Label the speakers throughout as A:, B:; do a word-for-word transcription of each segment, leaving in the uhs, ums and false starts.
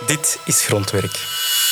A: Dit is Grondwerk.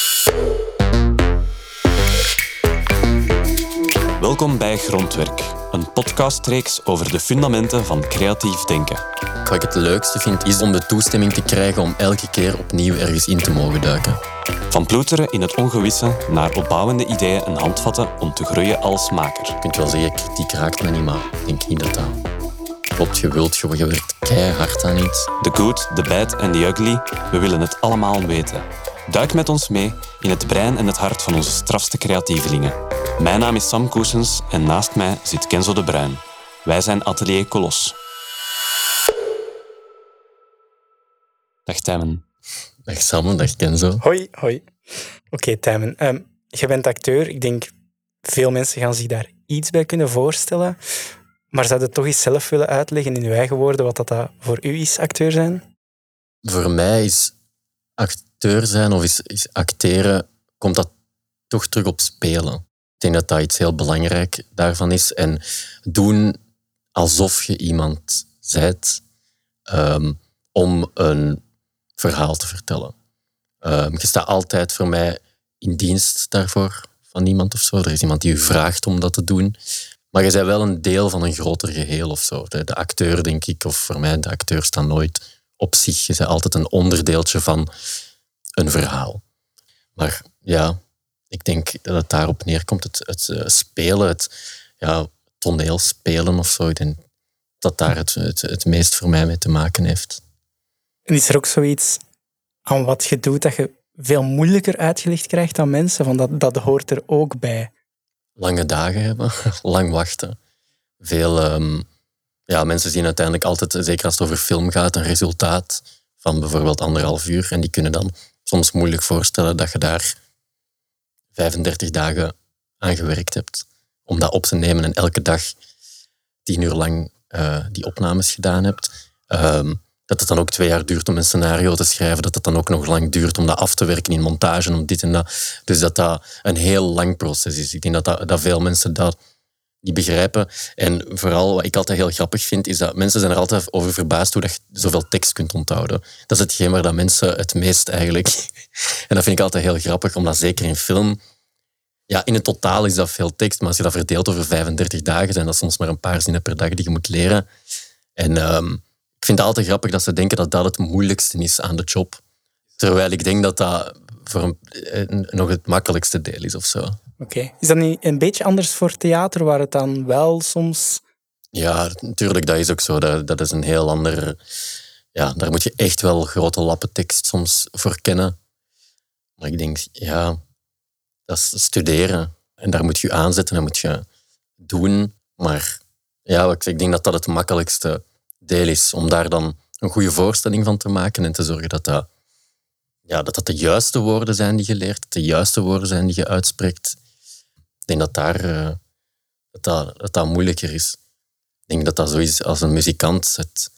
B: Welkom bij Grondwerk, een podcastreeks over de fundamenten van creatief denken.
C: Wat ik het leukste vind, is om de toestemming te krijgen om elke keer opnieuw ergens in te mogen duiken.
B: Van ploeteren in het ongewisse naar opbouwende ideeën en handvatten om te groeien als maker.
C: Je kunt wel zeggen, kritiek raakt me niet, maar ik denk niet dat dat klopt. Je wilt, je werkt keihard aan iets.
B: The good, the bad en the ugly, we willen het allemaal weten. Duik met ons mee in het brein en het hart van onze strafste creatievelingen. Mijn naam is Sam Koesens en naast mij zit Kenzo de Bruin. Wij zijn Atelier Kolos. Dag Tijmen.
C: Dag Sam, dag Kenzo.
A: Hoi, hoi. Oké, okay, Tijmen. Um, je bent acteur. Ik denk, veel mensen gaan zich daar iets bij kunnen voorstellen. Maar zou je het toch eens zelf willen uitleggen in uw eigen woorden wat dat voor u is, acteur zijn?
C: Voor mij is acteur zijn of is, is acteren, komt dat toch terug op spelen. Ik denk dat dat iets heel belangrijk daarvan is. En doen alsof je iemand bent um, om een verhaal te vertellen. Um, je staat altijd voor mij in dienst daarvoor van iemand of zo. Er is iemand die u vraagt om dat te doen. Maar je bent wel een deel van een groter geheel of zo. De, de acteur, denk ik, of voor mij, de acteur staat nooit op zich. Je bent altijd een onderdeeltje van een verhaal. Maar ja, ik denk dat het daarop neerkomt. Het, het uh, spelen, het ja, toneelspelen of zo. Ik denk dat daar het, het, het meest voor mij mee te maken heeft.
A: En is er ook zoiets aan wat je doet dat je veel moeilijker uitgelegd krijgt dan mensen? Van dat, dat hoort er ook bij.
C: Lange dagen hebben, lang wachten. Veel um, ja, mensen zien uiteindelijk altijd, zeker als het over film gaat, een resultaat van bijvoorbeeld anderhalf uur. En die kunnen dan soms moeilijk voorstellen dat je daar vijfendertig dagen aan gewerkt hebt. Om dat op te nemen en elke dag tien uur lang uh, die opnames gedaan hebt. Um, dat het dan ook twee jaar duurt om een scenario te schrijven. Dat het dan ook nog lang duurt om dat af te werken in montage, om dit en dat. Dus dat dat een heel lang proces is. Ik denk dat, dat, dat veel mensen dat niet begrijpen. En vooral wat ik altijd heel grappig vind, is dat mensen zijn er altijd over verbaasd hoe dat je zoveel tekst kunt onthouden. Dat is hetgeen waar dat mensen het meest eigenlijk... En dat vind ik altijd heel grappig, omdat zeker in film... Ja, in het totaal is dat veel tekst, maar als je dat verdeelt over vijfendertig dagen, zijn dat soms maar een paar zinnen per dag die je moet leren. En... Um, Ik vind het altijd grappig dat ze denken dat dat het moeilijkste is aan de job. Terwijl ik denk dat dat voor een, een, nog het makkelijkste deel is of zo. Oké.
A: Okay. Is dat niet een beetje anders voor theater, waar het dan wel soms...
C: Ja, natuurlijk, dat is ook zo. Dat, dat is een heel ander... Ja, daar moet je echt wel grote lappen tekst soms voor kennen. Maar ik denk, ja, dat is studeren. En daar moet je aanzetten en dat moet je doen. Maar ja, ik denk dat dat het makkelijkste deel is om daar dan een goede voorstelling van te maken en te zorgen dat dat, ja, dat, dat de juiste woorden zijn die je leert, de juiste woorden zijn die je uitspreekt. Ik denk dat daar, uh, dat, dat, dat, dat moeilijker is. Ik denk dat dat zo is als een muzikant. Het,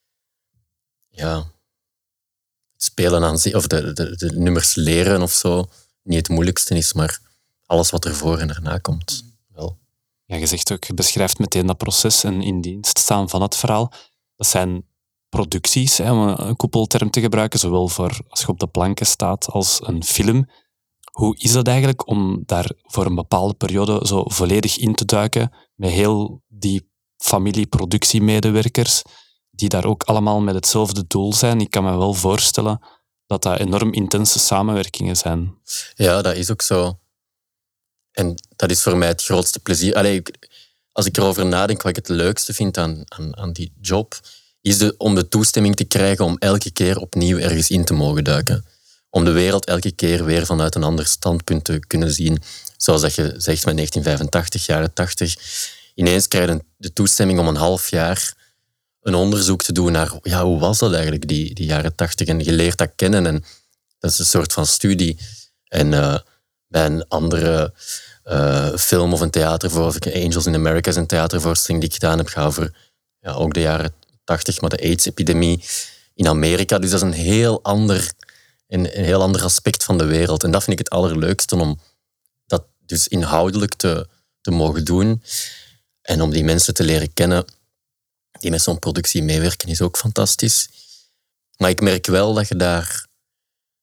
C: ja, het spelen aan zich, of de, de, de nummers leren of zo, niet het moeilijkste is, maar alles wat ervoor en erna komt, wel.
B: Ja, je zegt ook, je beschrijft meteen dat proces en in dienst staan van het verhaal. Dat zijn producties, hè, om een koepelterm te gebruiken, zowel voor als je op de planken staat als een film. Hoe is dat eigenlijk om daar voor een bepaalde periode zo volledig in te duiken met heel die familieproductiemedewerkers die daar ook allemaal met hetzelfde doel zijn? Ik kan me wel voorstellen dat dat enorm intense samenwerkingen zijn.
C: Ja, dat is ook zo. En dat is voor mij het grootste plezier. Allee, ik, als ik erover nadenk, wat ik het leukste vind aan, aan, aan die job, is de, om de toestemming te krijgen om elke keer opnieuw ergens in te mogen duiken. Om de wereld elke keer weer vanuit een ander standpunt te kunnen zien. Zoals dat je zegt met negentien vijfentachtig, jaren tachtig. Ineens krijg je de toestemming om een half jaar een onderzoek te doen naar ja, hoe was dat eigenlijk, die, die jaren tachtig. En je leert dat kennen en dat is een soort van studie. En uh, bij een andere... Uh, film of een theatervoorstelling, Angels in America is een theatervoorstelling die ik gedaan heb, gaat over ja, ook de jaren tachtig, maar de AIDS-epidemie in Amerika. Dus dat is een heel ander, een, een heel ander aspect van de wereld. En dat vind ik het allerleukste, om dat dus inhoudelijk te, te mogen doen. En om die mensen te leren kennen die met zo'n productie meewerken, is ook fantastisch. Maar ik merk wel dat je daar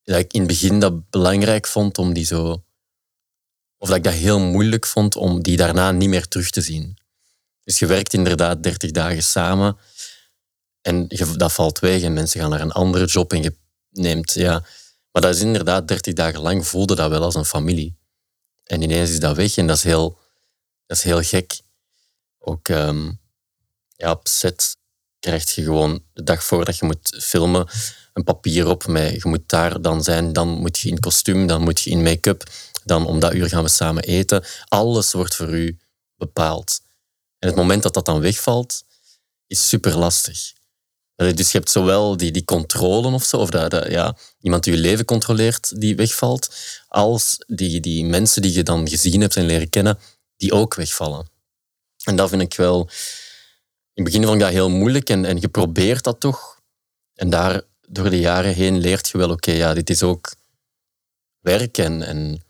C: dat ik in het begin dat belangrijk vond om die zo... Of dat ik dat heel moeilijk vond om die daarna niet meer terug te zien. Dus je werkt inderdaad dertig dagen samen en je, dat valt weg en mensen gaan naar een andere job en je neemt... Ja, maar dat is inderdaad dertig dagen lang voelde dat wel als een familie. En ineens is dat weg en dat is heel, dat is heel gek. Ook um, ja, op set krijg je gewoon de dag voordat je moet filmen een papier op met je moet daar dan zijn, dan moet je in kostuum, dan moet je in make-up, dan om dat uur gaan we samen eten. Alles wordt voor u bepaald. En het moment dat dat dan wegvalt, is super lastig. Dus je hebt zowel die, die controle of zo, of dat, dat ja, iemand die je leven controleert die wegvalt, als die, die mensen die je dan gezien hebt en leren kennen, die ook wegvallen. En dat vind ik wel... In het begin vond ik dat heel moeilijk en, en je probeert dat toch. En daar door de jaren heen leert je wel, oké, okay, ja, dit is ook werk en... en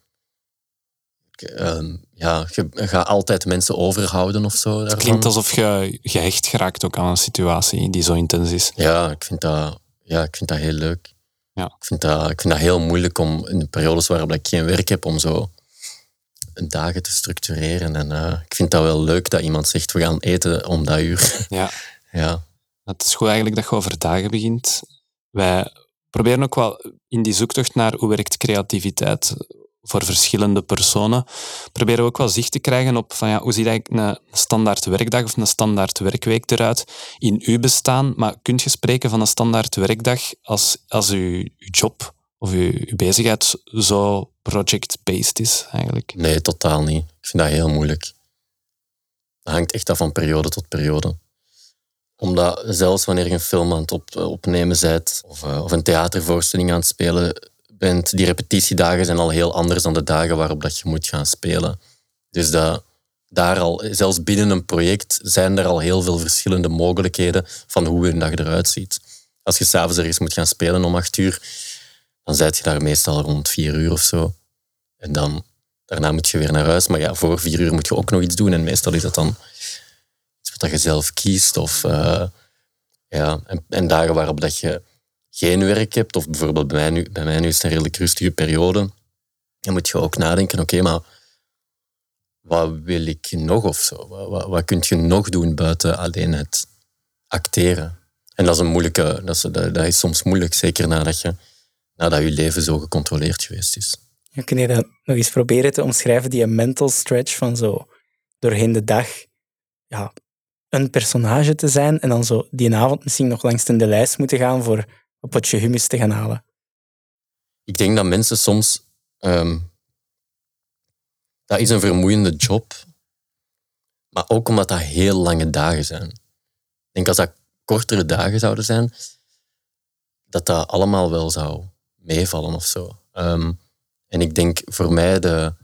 C: um, ja, je gaat altijd mensen overhouden of zo.
B: Het klinkt alsof je gehecht geraakt ook aan een situatie die zo intens is.
C: Ja, ik vind dat, ja, ik vind dat heel leuk.
B: Ja.
C: Ik, vind dat, ik vind dat heel moeilijk om in de periodes waarop ik geen werk heb, om zo dagen te structureren. En uh, ik vind dat wel leuk dat iemand zegt, we gaan eten om dat uur.
B: Ja.
C: Ja.
B: Het is goed eigenlijk dat je over dagen begint. Wij proberen ook wel in die zoektocht naar hoe werkt creativiteit voor verschillende personen, proberen we ook wel zicht te krijgen op van, ja, hoe ziet eigenlijk een standaard werkdag of een standaard werkweek eruit in uw bestaan. Maar kunt je spreken van een standaard werkdag als, als uw, uw job of uw, uw bezigheid zo project-based is eigenlijk?
C: Nee, totaal niet. Ik vind dat heel moeilijk. Dat hangt echt af van periode tot periode. Omdat zelfs wanneer je een film aan het op, opnemen bent of, uh, of een theatervoorstelling aan het spelen bent, die repetitiedagen zijn al heel anders dan de dagen waarop dat je moet gaan spelen. Dus dat, daar al, zelfs binnen een project zijn er al heel veel verschillende mogelijkheden van hoe een dag eruit ziet. Als je s'avonds ergens moet gaan spelen om acht uur, dan zit je daar meestal rond vier uur of zo. En dan, daarna moet je weer naar huis. Maar ja, voor vier uur moet je ook nog iets doen. En meestal is dat dan iets wat je zelf kiest. Of, uh, ja, en, en dagen waarop dat je geen werk hebt, of bijvoorbeeld bij mij nu, bij mij nu is het een redelijk rustige periode, dan moet je ook nadenken, oké, okay, maar wat wil ik nog of zo? Wat, wat, wat kun je nog doen buiten alleen het acteren? En dat is een moeilijke, dat is, dat, dat is soms moeilijk, zeker nadat je, nadat je leven zo gecontroleerd geweest is.
A: Ja, kun je dat nog eens proberen te omschrijven, die mental stretch van zo doorheen de dag ja, een personage te zijn en dan zo die avond misschien nog langs de lijst moeten gaan voor een potje hummus te gaan halen?
C: Ik denk dat mensen soms... Um, dat is een vermoeiende job, maar ook omdat dat heel lange dagen zijn. Ik denk als dat kortere dagen zouden zijn, dat dat allemaal wel zou meevallen of zo. Um, en ik denk voor mij, de,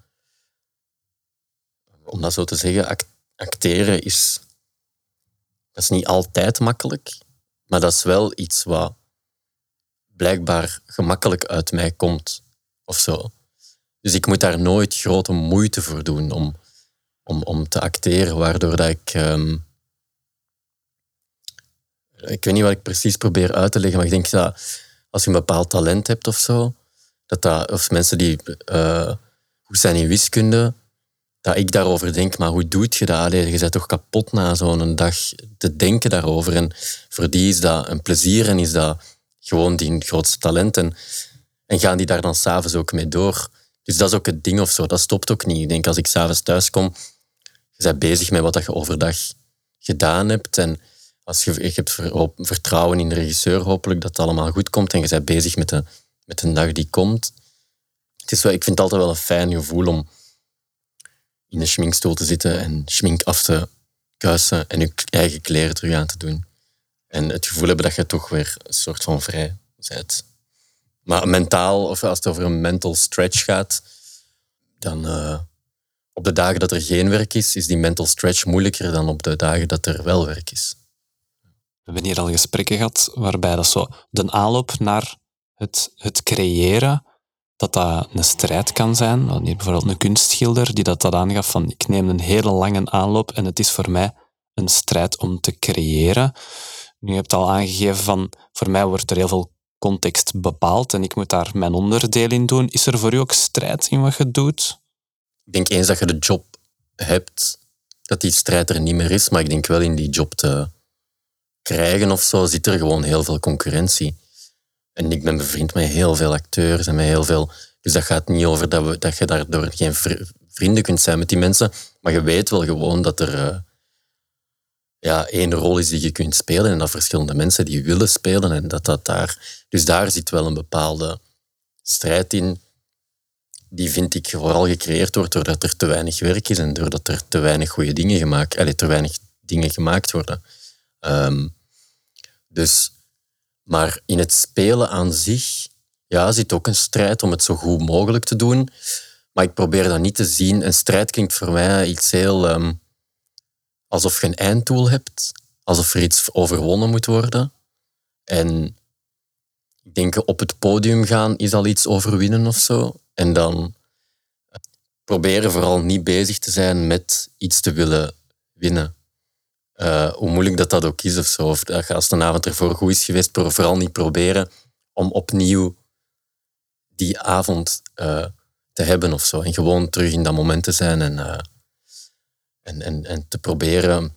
C: om dat zo te zeggen, acteren is... Dat is niet altijd makkelijk, maar dat is wel iets wat blijkbaar gemakkelijk uit mij komt, of zo. Dus ik moet daar nooit grote moeite voor doen om, om, om te acteren, waardoor dat ik... Um, ik weet niet wat ik precies probeer uit te leggen, maar ik denk dat als je een bepaald talent hebt of zo, dat dat, of mensen die uh, goed zijn in wiskunde, dat ik daarover denk, maar hoe doe je dat? Allee, je bent toch kapot na zo'n dag te denken daarover. En voor die is dat een plezier en is dat gewoon die grootste talent. En, en gaan die daar dan s'avonds ook mee door. Dus dat is ook het ding of zo. Dat stopt ook niet. Ik denk, als ik s'avonds thuis kom, je bent bezig met wat je overdag gedaan hebt. En als je, je hebt vertrouwen in de regisseur, hopelijk dat het allemaal goed komt. En je bent bezig met de, met de dag die komt. Het is wel, ik vind het altijd wel een fijn gevoel om in een schminkstoel te zitten en schmink af te kuisen en je eigen kleren terug aan te doen. En het gevoel hebben dat je toch weer een soort van vrij bent. Maar mentaal, of als het over een mental stretch gaat, dan uh, op de dagen dat er geen werk is, is die mental stretch moeilijker dan op de dagen dat er wel werk is.
B: We hebben hier al gesprekken gehad waarbij dat zo de aanloop naar het, het creëren, dat dat een strijd kan zijn. Hier bijvoorbeeld een kunstschilder die dat, dat aangaf van ik neem een hele lange aanloop en het is voor mij een strijd om te creëren. Nu, je hebt al aangegeven van voor mij wordt er heel veel context bepaalt en ik moet daar mijn onderdeel in doen. Is er voor u ook strijd in wat je doet?
C: Ik denk eens dat je de job hebt, dat die strijd er niet meer is, maar ik denk wel in die job te krijgen of zo, zit er gewoon heel veel concurrentie. En ik ben bevriend met heel veel acteurs en met heel veel... Dus dat gaat niet over dat, we, dat je daardoor geen vrienden kunt zijn met die mensen, maar je weet wel gewoon dat er uh, ja, één rol is die je kunt spelen en dat verschillende mensen die willen spelen en dat dat daar... Dus daar zit wel een bepaalde strijd in, die vind ik vooral gecreëerd wordt doordat er te weinig werk is en doordat er te weinig goede dingen gemaakt... Allee, te weinig dingen gemaakt worden. Um, dus... Maar in het spelen aan zich ja, zit ook een strijd om het zo goed mogelijk te doen. Maar ik probeer dat niet te zien. Een strijd klinkt voor mij iets heel... Um, alsof je een einddoel hebt. Alsof er iets overwonnen moet worden. En ik denk op het podium gaan is al iets overwinnen of zo. En dan proberen vooral niet bezig te zijn met iets te willen winnen. Uh, hoe moeilijk dat dat ook is of zo. Of als een avond ervoor goed is geweest, vooral niet proberen om opnieuw die avond uh, te hebben of zo. En gewoon terug in dat moment te zijn en, uh, en, en, en te proberen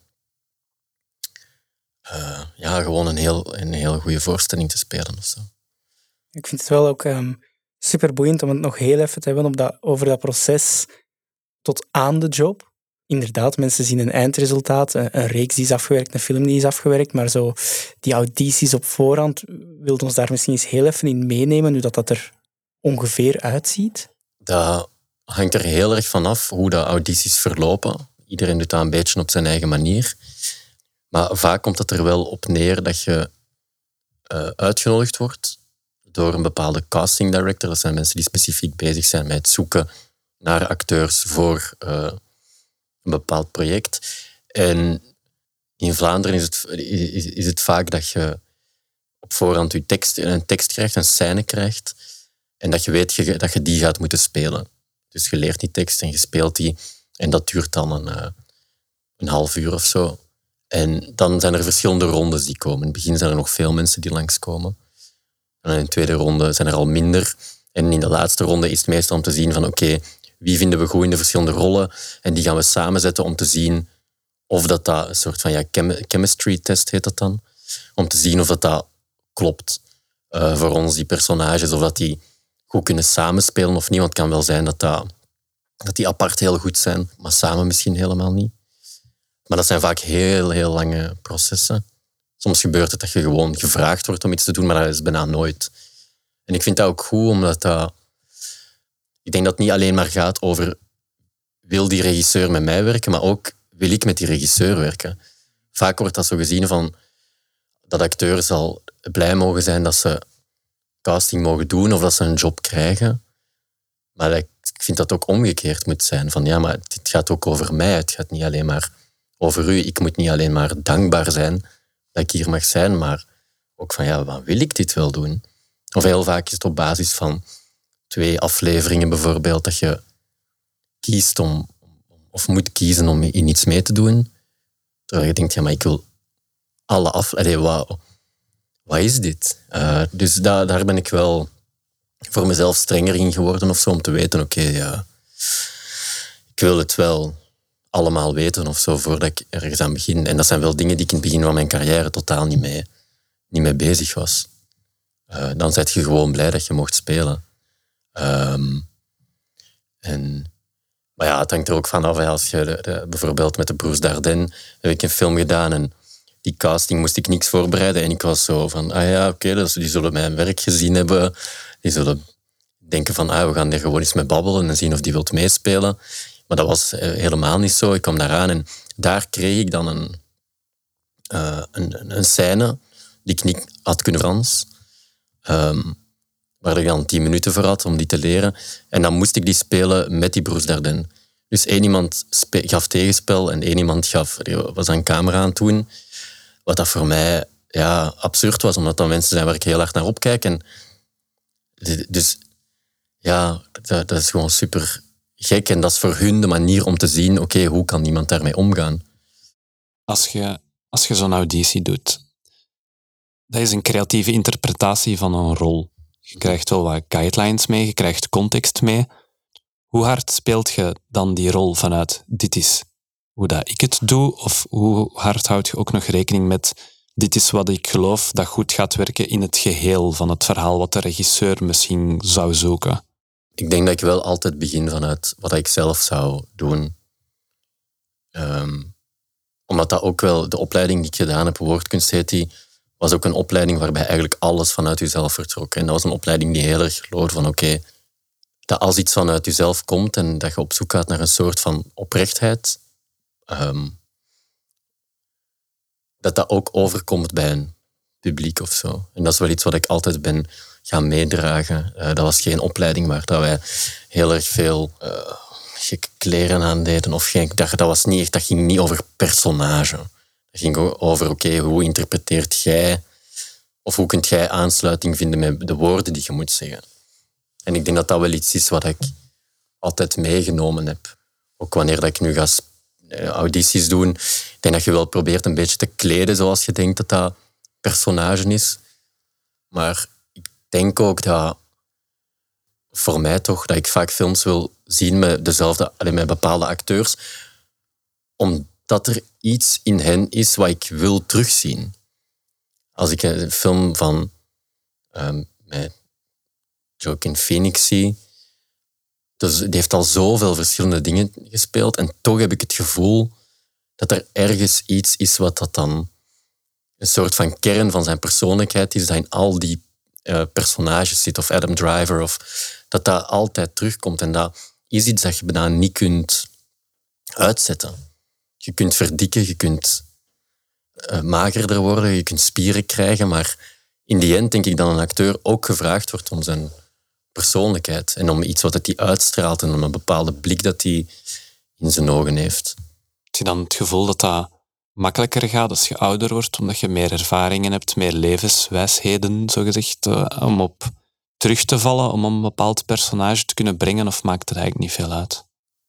C: uh, ja, gewoon een heel, een heel goede voorstelling te spelen of zo.
A: Ik vind het wel ook um, super boeiend om het nog heel even te hebben op dat, over dat proces tot aan de job. Inderdaad, mensen zien een eindresultaat, een, een reeks die is afgewerkt, een film die is afgewerkt, maar zo die audities op voorhand, wilt ons daar misschien eens heel even in meenemen, hoe dat, dat er ongeveer uitziet?
C: Dat hangt er heel erg van af hoe de audities verlopen. Iedereen doet dat een beetje op zijn eigen manier. Maar vaak komt het er wel op neer dat je uh, uitgenodigd wordt door een bepaalde casting director. Dat zijn mensen die specifiek bezig zijn met het zoeken naar acteurs voor... Uh, een bepaald project. En in Vlaanderen is het, is, is het vaak dat je op voorhand je tekst, een tekst krijgt, een scène krijgt, en dat je weet je, dat je die gaat moeten spelen. Dus je leert die tekst en je speelt die, en dat duurt dan een, uh, een half uur of zo. En dan zijn er verschillende rondes die komen. In het begin zijn er nog veel mensen die langskomen. En in de tweede ronde zijn er al minder. En in de laatste ronde is het meestal om te zien van oké, okay, wie vinden we goed in de verschillende rollen? En die gaan we samenzetten om te zien of dat, dat een soort van ja, chem- chemistry test heet dat dan. Om te zien of dat, dat klopt uh, voor ons, die personages. Of dat die goed kunnen samenspelen of niet. Want het kan wel zijn dat, dat, dat die apart heel goed zijn, maar samen misschien helemaal niet. Maar dat zijn vaak heel, heel lange processen. Soms gebeurt het dat je gewoon gevraagd wordt om iets te doen, maar dat is bijna nooit. En ik vind dat ook goed, omdat dat... Ik denk dat het niet alleen maar gaat over wil die regisseur met mij werken, maar ook wil ik met die regisseur werken. Vaak wordt dat zo gezien van dat acteurs al blij mogen zijn dat ze casting mogen doen of dat ze een job krijgen. Maar ik vind dat ook omgekeerd moet zijn. Van ja, maar het gaat ook over mij. Het gaat niet alleen maar over u. Ik moet niet alleen maar dankbaar zijn dat ik hier mag zijn, maar ook van ja, wat wil ik dit wel doen? Of heel vaak is het op basis van twee afleveringen bijvoorbeeld, dat je kiest om, of moet kiezen om in iets mee te doen. Terwijl je denkt, ja, maar ik wil alle af... Allee, wat, wat is dit? Uh, dus da, daar ben ik wel voor mezelf strenger in geworden of zo, om te weten, oké, okay, ja, ik wil het wel allemaal weten of zo, voordat ik ergens aan begin. En dat zijn wel dingen die ik in het begin van mijn carrière totaal niet mee, niet mee bezig was. Uh, dan ben je gewoon blij dat je mocht spelen. Um, en, maar ja, het hangt er ook van af. Als je de, de, bijvoorbeeld met de Broers Dardenne heb ik een film gedaan en die casting moest ik niks voorbereiden. En ik was zo van, ah ja, oké, okay, dus die zullen mijn werk gezien hebben. Die zullen denken van, ah, we gaan er gewoon eens mee babbelen en zien of die wilt meespelen. Maar dat was helemaal niet zo. Ik kwam daaraan en daar kreeg ik dan een, uh, een, een scène die ik niet had kunnen Frans. Um, waar ik dan tien minuten voor had om die te leren. En dan moest ik die spelen met die Broers Dardenne. Dus één iemand spe- gaf tegenspel en één iemand gaf, was aan camera aan het doen. Wat dat voor mij ja, absurd was, omdat dat mensen zijn waar ik heel hard naar opkijk. En dus ja, dat, dat is gewoon super gek. En dat is voor hun de manier om te zien, oké, okay, hoe kan iemand daarmee omgaan?
B: Als je, als je zo'n auditie doet, dat is een creatieve interpretatie van een rol. Je krijgt wel wat guidelines mee, je krijgt context mee. Hoe hard speelt je dan die rol vanuit dit is hoe dat ik het doe, of hoe hard houd je ook nog rekening met dit is wat ik geloof dat goed gaat werken in het geheel van het verhaal wat de regisseur misschien zou zoeken?
C: Ik denk dat ik wel altijd begin vanuit wat ik zelf zou doen. Um, omdat dat ook wel, de opleiding die ik gedaan heb, woordkunst heet die, was ook een opleiding waarbij eigenlijk alles vanuit jezelf vertrok. En dat was een opleiding die heel erg geloofde van oké, okay, dat als iets vanuit jezelf komt en dat je op zoek gaat naar een soort van oprechtheid, um, dat dat ook overkomt bij een publiek of zo. En dat is wel iets wat ik altijd ben gaan meedragen. Uh, dat was geen opleiding waar dat wij heel erg veel uh, gekke kleren aan deden. Of geen, dat, dat, was niet echt, dat ging niet over personage. Dat ging over, oké, okay, hoe interpreteert jij, of hoe kunt jij aansluiting vinden met de woorden die je moet zeggen. En ik denk dat dat wel iets is wat ik altijd meegenomen heb. Ook wanneer dat ik nu ga audities doen. Ik denk dat je wel probeert een beetje te kleden zoals je denkt dat dat personage is. Maar ik denk ook dat, voor mij toch, dat ik vaak films wil zien met dezelfde, met bepaalde acteurs, omdat er iets in hen is wat ik wil terugzien. Als ik een film van um, met Joaquin Phoenix zie, dus die heeft al zoveel verschillende dingen gespeeld en toch heb ik het gevoel dat er ergens iets is wat dat dan een soort van kern van zijn persoonlijkheid is, dat in al die uh, personages zit, of Adam Driver, of dat dat altijd terugkomt. En dat is iets dat je bijna niet kunt uitzetten. Je kunt verdikken, je kunt uh, magerder worden, je kunt spieren krijgen, maar in die end denk ik dat een acteur ook gevraagd wordt om zijn persoonlijkheid en om iets wat hij uitstraalt en om een bepaalde blik dat hij in zijn ogen heeft.
B: Heb je dan het gevoel dat dat makkelijker gaat als je ouder wordt, omdat je meer ervaringen hebt, meer levenswijsheden, zogezegd, om op terug te vallen, om een bepaald personage te kunnen brengen, of maakt er eigenlijk niet veel uit?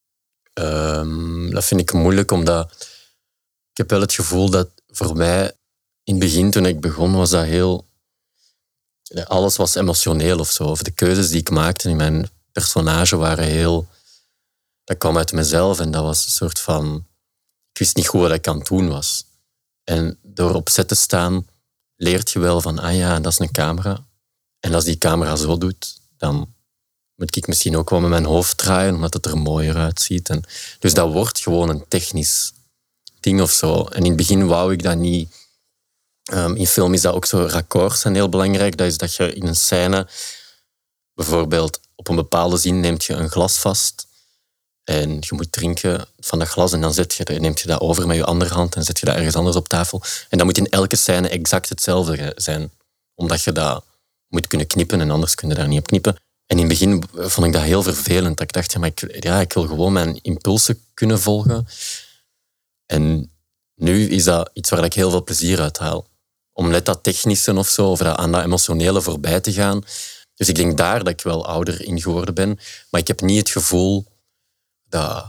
C: Um, dat vind ik moeilijk, omdat ik heb wel het gevoel dat voor mij, in het begin toen ik begon, was dat heel... Alles was emotioneel of zo. Of de keuzes die ik maakte in mijn personage waren heel... Dat kwam uit mezelf en dat was een soort van... Ik wist niet goed wat ik aan het doen was. En door op set te staan, leert je wel van... Ah ja, dat is een camera. En als die camera zo doet, dan moet ik misschien ook wel met mijn hoofd draaien, omdat het er mooier uitziet. En dus dat wordt gewoon een technisch ding of zo. En in het begin wou ik dat niet... Um, in film is dat ook zo, raccords zijn heel belangrijk. Dat is dat je in een scène, bijvoorbeeld op een bepaalde zin neemt je een glas vast en je moet drinken van dat glas en dan zet je, neemt je dat over met je andere hand en zet je dat ergens anders op tafel. En dat moet in elke scène exact hetzelfde zijn, omdat je dat moet kunnen knippen en anders kun je daar niet op knippen. En in het begin vond ik dat heel vervelend. Dat ik dacht, ja, maar ik, ja, ik wil gewoon mijn impulsen kunnen volgen. En nu is dat iets waar ik heel veel plezier uit haal. Om net dat technische of zo, of dat, aan dat emotionele voorbij te gaan. Dus ik denk daar dat ik wel ouder in geworden ben. Maar ik heb niet het gevoel dat,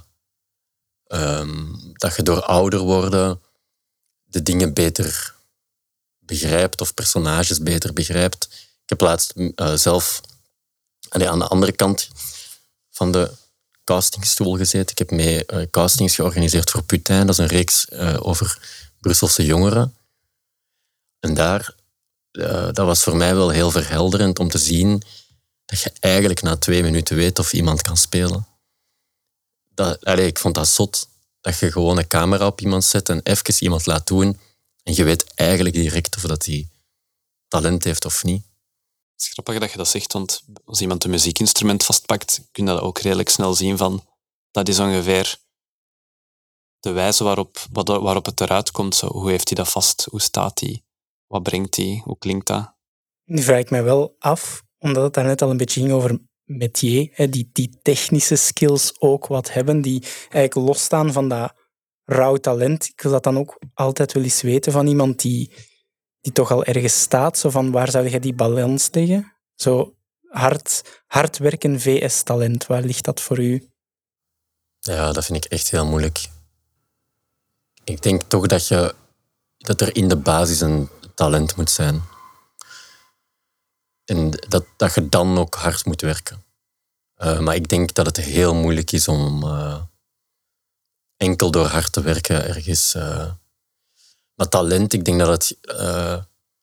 C: um, dat je door ouder worden de dingen beter begrijpt of personages beter begrijpt. Ik heb laatst uh, zelf allee, aan de andere kant van de castingstoel gezeten. Ik heb mee uh, castings georganiseerd voor Putain. Dat is een reeks uh, over Brusselse jongeren. En daar, uh, dat was voor mij wel heel verhelderend om te zien dat je eigenlijk na twee minuten weet of iemand kan spelen. Dat, allee, ik vond dat zot. Dat je gewoon een camera op iemand zet en even iemand laat doen en je weet eigenlijk direct of dat hij talent heeft of niet.
B: Het is grappig dat je dat zegt, want als iemand een muziekinstrument vastpakt, kun je dat ook redelijk snel zien van dat is ongeveer de wijze waarop, waarop het eruit komt. Zo, hoe heeft hij dat vast? Hoe staat hij? Wat brengt hij? Hoe klinkt dat?
A: Nu vraag ik mij wel af, omdat het daarnet al een beetje ging over métier, hè, die, die technische skills ook wat hebben, die eigenlijk losstaan van dat rauw talent. Ik wil dat dan ook altijd wel eens weten van iemand die, die toch al ergens staat. Zo van, waar zou je die balans leggen? Zo hard, hard werken versus talent, waar ligt dat voor u?
C: Ja, dat vind ik echt heel moeilijk. Ik denk toch dat, je, dat er in de basis een talent moet zijn. en dat, dat je dan ook hard moet werken. Uh, maar ik denk dat het heel moeilijk is om uh, enkel door hard te werken ergens... Uh, maar talent, ik denk dat het... Uh,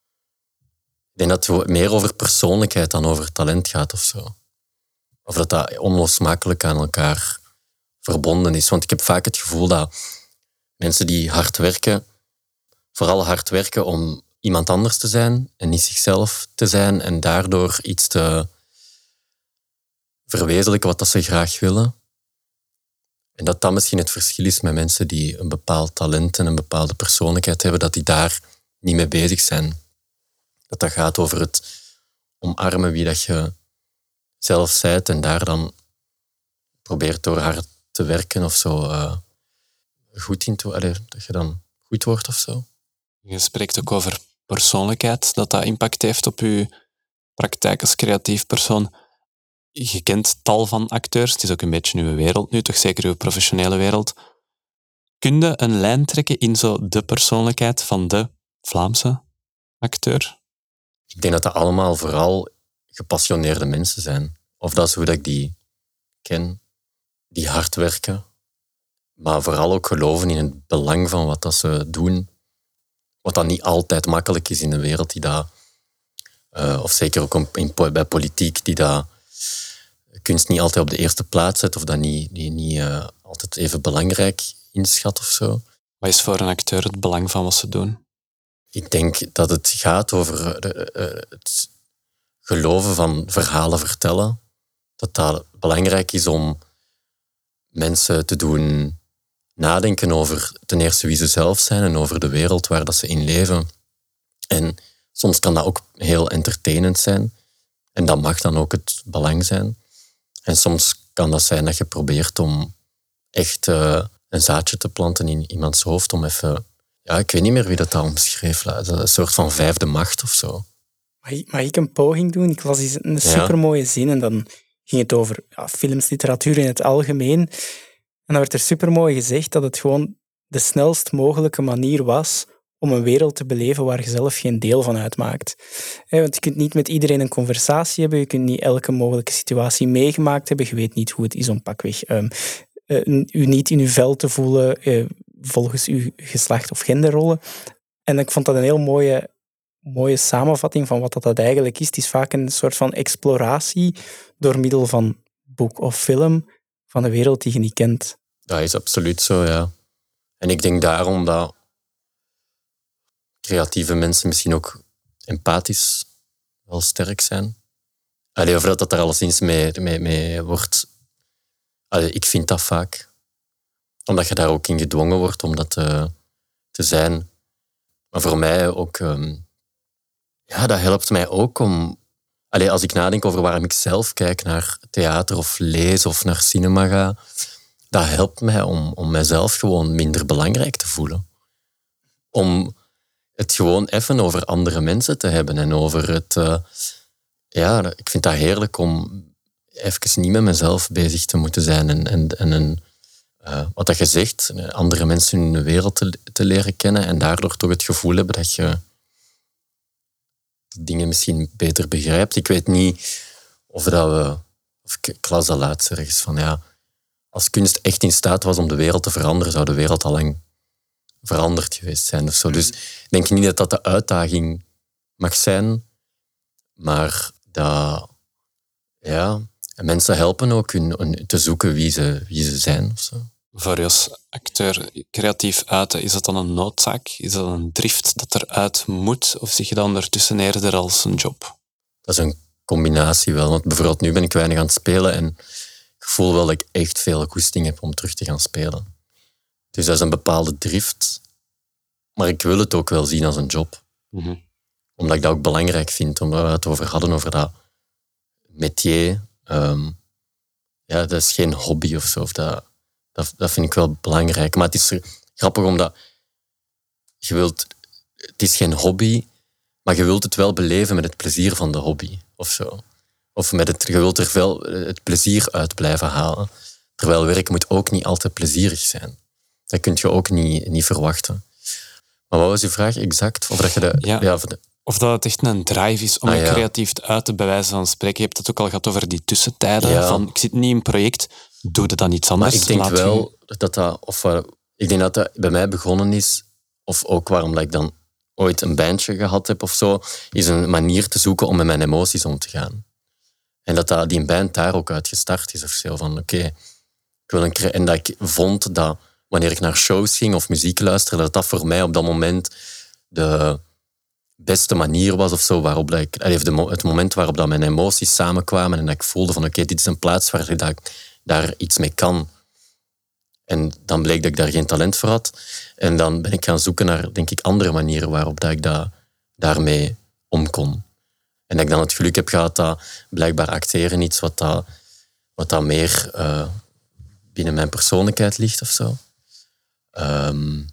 C: ik denk dat het meer over persoonlijkheid dan over talent gaat of zo. Of dat dat onlosmakelijk aan elkaar verbonden is. Want ik heb vaak het gevoel dat mensen die hard werken, vooral hard werken om iemand anders te zijn en niet zichzelf te zijn en daardoor iets te verwezenlijken wat dat ze graag willen. En dat dat misschien het verschil is met mensen die een bepaald talent en een bepaalde persoonlijkheid hebben, dat die daar niet mee bezig zijn. Dat dat gaat over het omarmen wie dat je zelf zijt en daar dan probeert door hard te werken of zo uh, goed in te... Allee, dat je dan goed wordt of zo.
B: Je spreekt ook over persoonlijkheid, dat dat impact heeft op je praktijk als creatief persoon. Je kent tal van acteurs, het is ook een beetje uw wereld nu, toch zeker uw professionele wereld. Kun je een lijn trekken in zo de persoonlijkheid van de Vlaamse acteur?
C: Ik denk dat dat allemaal vooral gepassioneerde mensen zijn. Of dat is hoe dat ik die ken. Die hard werken. Maar vooral ook geloven in het belang van wat dat ze doen. Wat dan niet altijd makkelijk is in een wereld die dat... Uh, of zeker ook in, bij politiek, die dat kunst niet altijd op de eerste plaats zet. Of dat niet, die niet uh, altijd even belangrijk inschat of zo.
B: Wat is voor een acteur het belang van wat ze doen?
C: Ik denk dat het gaat over uh, uh, het geloven van verhalen vertellen. Dat dat belangrijk is om mensen te doen nadenken over ten eerste wie ze zelf zijn en over de wereld waar dat ze in leven. En soms kan dat ook heel entertainend zijn. En dat mag dan ook het belang zijn. En soms kan dat zijn dat je probeert om echt uh, een zaadje te planten in iemands hoofd om even... Ja, ik weet niet meer wie dat daar omschreef. Een soort van vijfde macht of zo.
A: Mag ik, mag ik een poging doen? Ik las een supermooie zin en dan ging het over ja, films, literatuur in het algemeen. En dan werd er supermooi gezegd dat het gewoon de snelst mogelijke manier was om een wereld te beleven waar je zelf geen deel van uitmaakt. Want je kunt niet met iedereen een conversatie hebben, je kunt niet elke mogelijke situatie meegemaakt hebben, je weet niet hoe het is om pakweg um, uh, u niet in uw vel te voelen uh, volgens uw geslacht of genderrollen. En ik vond dat een heel mooie, mooie samenvatting van wat dat eigenlijk is. Het is vaak een soort van exploratie door middel van boek of film van een wereld die je niet kent.
C: Dat is absoluut zo, ja. En ik denk daarom dat creatieve mensen misschien ook empathisch wel sterk zijn. Allee, of dat dat er alleszins mee, mee, mee wordt... Allee, ik vind dat vaak. Omdat je daar ook in gedwongen wordt om dat te, te zijn. Maar voor mij ook... Um, ja, dat helpt mij ook om... Allee, als ik nadenk over waarom ik zelf kijk naar theater of lees of naar cinema ga, dat helpt mij om, om mijzelf gewoon minder belangrijk te voelen. Om het gewoon even over andere mensen te hebben en over het... Uh, ja, ik vind dat heerlijk om even niet met mezelf bezig te moeten zijn en, en, en een, uh, wat dat je zegt, andere mensen in de wereld te, te leren kennen en daardoor toch het gevoel hebben dat je dingen misschien beter begrijpt. Ik weet niet of dat we... Of ik, ik las dat laatst ergens van, ja, als kunst echt in staat was om de wereld te veranderen, zou de wereld al lang veranderd geweest zijn of zo. Dus ik denk niet dat dat de uitdaging mag zijn, maar dat... Ja, mensen helpen ook hun, hun te zoeken wie ze, wie ze zijn of zo.
B: Voor je als acteur creatief uiten, is dat dan een noodzaak? Is dat een drift dat eruit moet? Of zie je dan ertussen eerder als een job?
C: Dat is een combinatie wel. Want bijvoorbeeld nu ben ik weinig aan het spelen en ik voel wel dat ik echt veel goesting heb om terug te gaan spelen. Dus dat is een bepaalde drift. Maar ik wil het ook wel zien als een job.
B: Mm-hmm.
C: Omdat ik dat ook belangrijk vind. Omdat we het over hadden, over dat métier. Um, ja, dat is geen hobby of zo. Of dat, dat, dat vind ik wel belangrijk. Maar het is grappig omdat je wilt... Het is geen hobby, maar je wilt het wel beleven met het plezier van de hobby. Of zo. Of met het, je wilt er wel het plezier uit blijven halen. Terwijl werk moet ook niet altijd plezierig zijn. Dat kun je ook niet, niet verwachten. Maar wat was je vraag exact? Of dat je de,
B: ja.
C: Ja, de...
B: Of dat het echt een drive is om
C: Ah,
B: je
C: ja.
B: creatief uit te bewijzen van spreken. Je hebt het ook al gehad over die tussentijden.
C: Ja.
B: Van, ik zit niet in een project, doe je dan iets anders.
C: Maar ik denk
B: Laat
C: wel
B: je-
C: dat dat... Of, uh, ik denk dat dat bij mij begonnen is, of ook waarom dat ik dan ooit een bandje gehad heb of zo, is een manier te zoeken om met mijn emoties om te gaan. En dat, dat die band daar ook uit gestart is of zo. Van oké, ik wil een cre- en dat ik vond dat wanneer ik naar shows ging of muziek luisterde, dat dat voor mij op dat moment de beste manier was of zo, waarop dat ik, allee, de mo- het moment waarop dat mijn emoties samenkwamen en dat ik voelde van oké, dit is een plaats waar ik dat ik daar iets mee kan. En dan bleek dat ik daar geen talent voor had. En dan ben ik gaan zoeken naar, denk ik, andere manieren waarop dat ik dat, daarmee om kon. En dat ik dan het geluk heb gehad dat blijkbaar acteren iets wat dat, wat dat meer uh, binnen mijn persoonlijkheid ligt of zo. Um,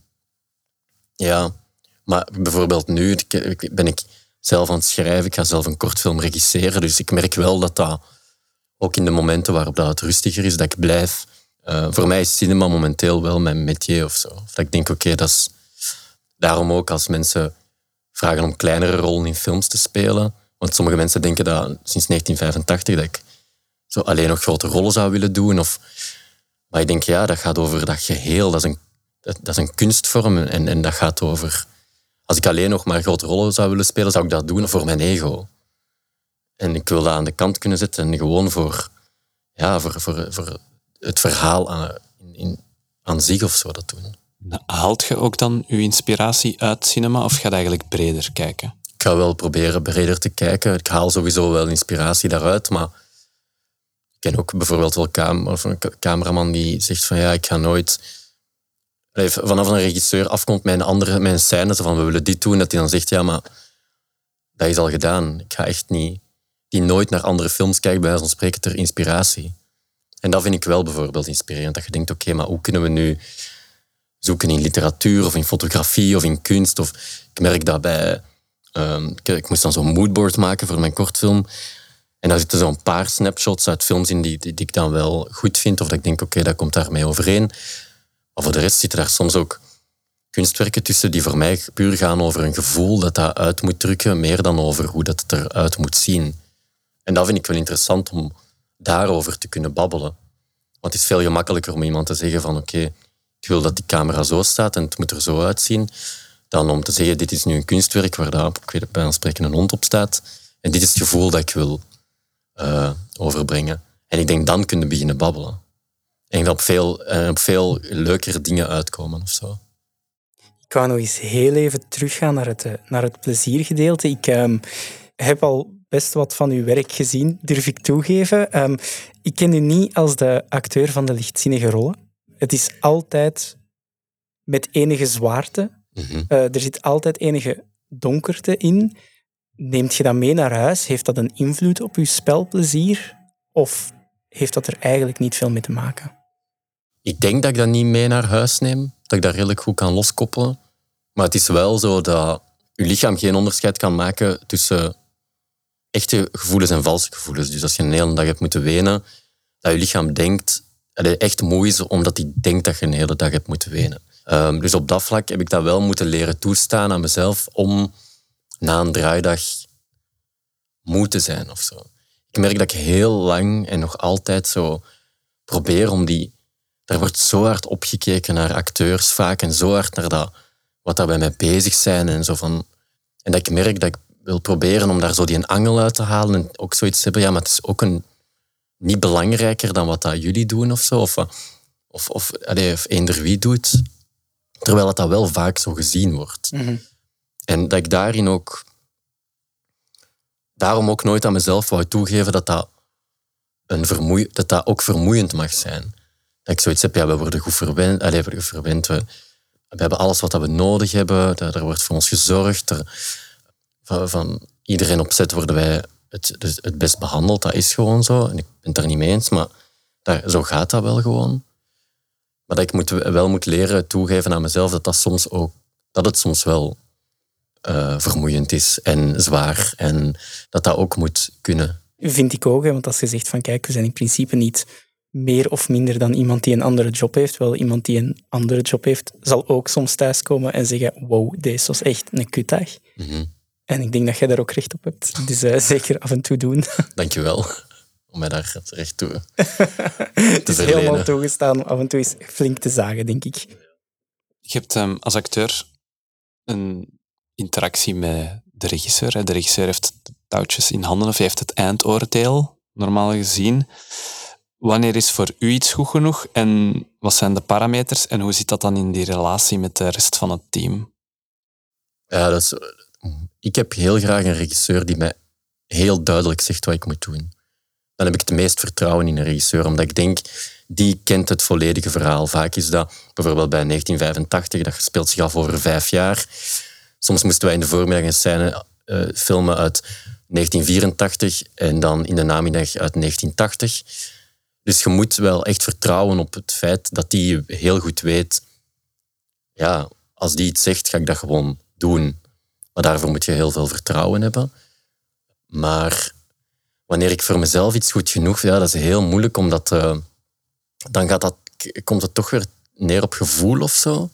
C: ja, maar bijvoorbeeld nu ben ik zelf aan het schrijven. Ik ga zelf een kortfilm regisseren. Dus ik merk wel dat dat, ook in de momenten waarop dat het rustiger is, dat ik blijf... Uh, voor mij is cinema momenteel wel mijn métier of zo. Of dat ik denk, oké, okay, dat is... Daarom ook als mensen vragen om kleinere rollen in films te spelen. Want sommige mensen denken dat sinds negentien vijfentachtig dat ik zo alleen nog grote rollen zou willen doen. Of... Maar ik denk, ja, dat gaat over dat geheel. Dat is een, dat, dat is een kunstvorm en, en dat gaat over... Als ik alleen nog maar grote rollen zou willen spelen, zou ik dat doen voor mijn ego. En ik wil dat aan de kant kunnen zetten en gewoon voor... Ja, voor... voor, voor het verhaal aan, in, aan zich of zo dat doen.
B: Haalt je ook dan je inspiratie uit cinema of ga je eigenlijk breder kijken?
C: Ik ga wel proberen breder te kijken. Ik haal sowieso wel inspiratie daaruit, maar ik ken ook bijvoorbeeld wel cam- of een cameraman die zegt van ja, ik ga nooit... Vanaf een regisseur afkomt mijn andere mijn scène, van we willen dit doen, dat hij dan zegt ja, maar dat is al gedaan. Ik ga echt niet... Die nooit naar andere films kijkt, bij wijze van spreken, ter inspiratie. En dat vind ik wel bijvoorbeeld inspirerend. Dat je denkt, oké, okay, maar hoe kunnen we nu zoeken in literatuur of in fotografie of in kunst? Of, ik merk dat bij... Um, ik, ik moest dan zo'n moodboard maken voor mijn kortfilm. En daar zitten zo'n paar snapshots uit films in die, die, die ik dan wel goed vind. Of dat ik denk, oké, okay, dat komt daarmee overeen. Maar voor de rest zitten daar soms ook kunstwerken tussen die voor mij puur gaan over een gevoel dat dat uit moet drukken, meer dan over hoe dat het eruit moet zien. En dat vind ik wel interessant om daarover te kunnen babbelen. Want het is veel gemakkelijker om iemand te zeggen van oké, okay, ik wil dat die camera zo staat en het moet er zo uitzien, dan om te zeggen dit is nu een kunstwerk waar daar, ik weet bij ons spreken, een hond op staat en dit is het gevoel dat ik wil uh, overbrengen. En ik denk dan kun je beginnen babbelen. En dat op veel, uh, op veel leukere dingen uitkomen of zo.
A: Ik wou nog eens heel even teruggaan naar het, naar het pleziergedeelte. Ik um, heb al best wat van uw werk gezien, durf ik toegeven. Um, ik ken u niet als de acteur van de lichtzinnige rollen. Het is altijd met enige zwaarte.
C: Mm-hmm.
A: Uh, er zit altijd enige donkerte in. Neemt je dat mee naar huis? Heeft dat een invloed op uw spelplezier? Of heeft dat er eigenlijk niet veel mee te maken?
C: Ik denk dat ik dat niet mee naar huis neem. Dat ik dat redelijk goed kan loskoppelen. Maar het is wel zo dat je lichaam geen onderscheid kan maken tussen echte gevoelens en valse gevoelens. Dus als je een hele dag hebt moeten wenen, dat je lichaam denkt, dat het echt mooi is omdat hij denkt dat je een hele dag hebt moeten wenen. Um, dus op dat vlak heb ik dat wel moeten leren toestaan aan mezelf om na een draaidag moe te zijn of zo. Ik merk dat ik heel lang en nog altijd zo probeer om die... Er wordt zo hard opgekeken naar acteurs vaak en zo hard naar dat, wat daar bij mij bezig zijn en zo van... En dat ik merk dat ik wil proberen om daar zo die een angel uit te halen en ook zoiets te hebben, ja, maar het is ook een, niet belangrijker dan wat dat jullie doen of zo, of, of, of, allee, of eender wie doet, terwijl het dat wel vaak zo gezien wordt.
A: Mm-hmm.
C: En dat ik daarin ook... Daarom ook nooit aan mezelf wou toegeven dat dat, een vermoei, dat, dat ook vermoeiend mag zijn. Dat ik zoiets heb, ja, we worden goed verwend, allee, we worden verwend we, we hebben alles wat we nodig hebben, er wordt voor ons gezorgd, er, van, van iedereen op zet worden wij het, het best behandeld, dat is gewoon zo. En ik ben het daar niet mee eens, maar daar, zo gaat dat wel gewoon. Maar dat ik moet, wel moet leren toegeven aan mezelf dat, dat, soms ook, dat het soms wel uh, vermoeiend is en zwaar en dat dat ook moet kunnen.
A: Vind ik ook, hè, want als je zegt van kijk, we zijn in principe niet meer of minder dan iemand die een andere job heeft, wel iemand die een andere job heeft, zal ook soms thuiskomen en zeggen wow, deze was echt een kutdag.
C: Mm-hmm.
A: En ik denk dat jij daar ook recht op hebt. Dus uh, zeker af en toe doen.
C: Dankjewel om mij daar terecht toe
A: Het is verlenen. Helemaal toegestaan om af en toe eens flink te zagen, denk ik.
B: Je hebt um, als acteur een interactie met de regisseur. Hè. De regisseur heeft de touwtjes in handen of hij heeft het eindoordeel, normaal gezien. Wanneer is voor u iets goed genoeg en wat zijn de parameters en hoe zit dat dan in die relatie met de rest van het team?
C: Ja, dat is, ik heb heel graag een regisseur die mij heel duidelijk zegt wat ik moet doen. Dan heb ik het meest vertrouwen in een regisseur, omdat ik denk, die kent het volledige verhaal. Vaak is dat bijvoorbeeld bij negentien vijfentachtig, dat speelt zich af over vijf jaar. Soms moesten wij in de voormiddag een scène uh, filmen uit negentien vierentachtig en dan in de namiddag uit negentien tachtig. Dus je moet wel echt vertrouwen op het feit dat die heel goed weet, ja, als die iets zegt, ga ik dat gewoon doen. Maar daarvoor moet je heel veel vertrouwen hebben. Maar wanneer ik voor mezelf iets goed genoeg, ja, dat is heel moeilijk, omdat uh, dan gaat dat, komt het toch weer neer op gevoel of zo.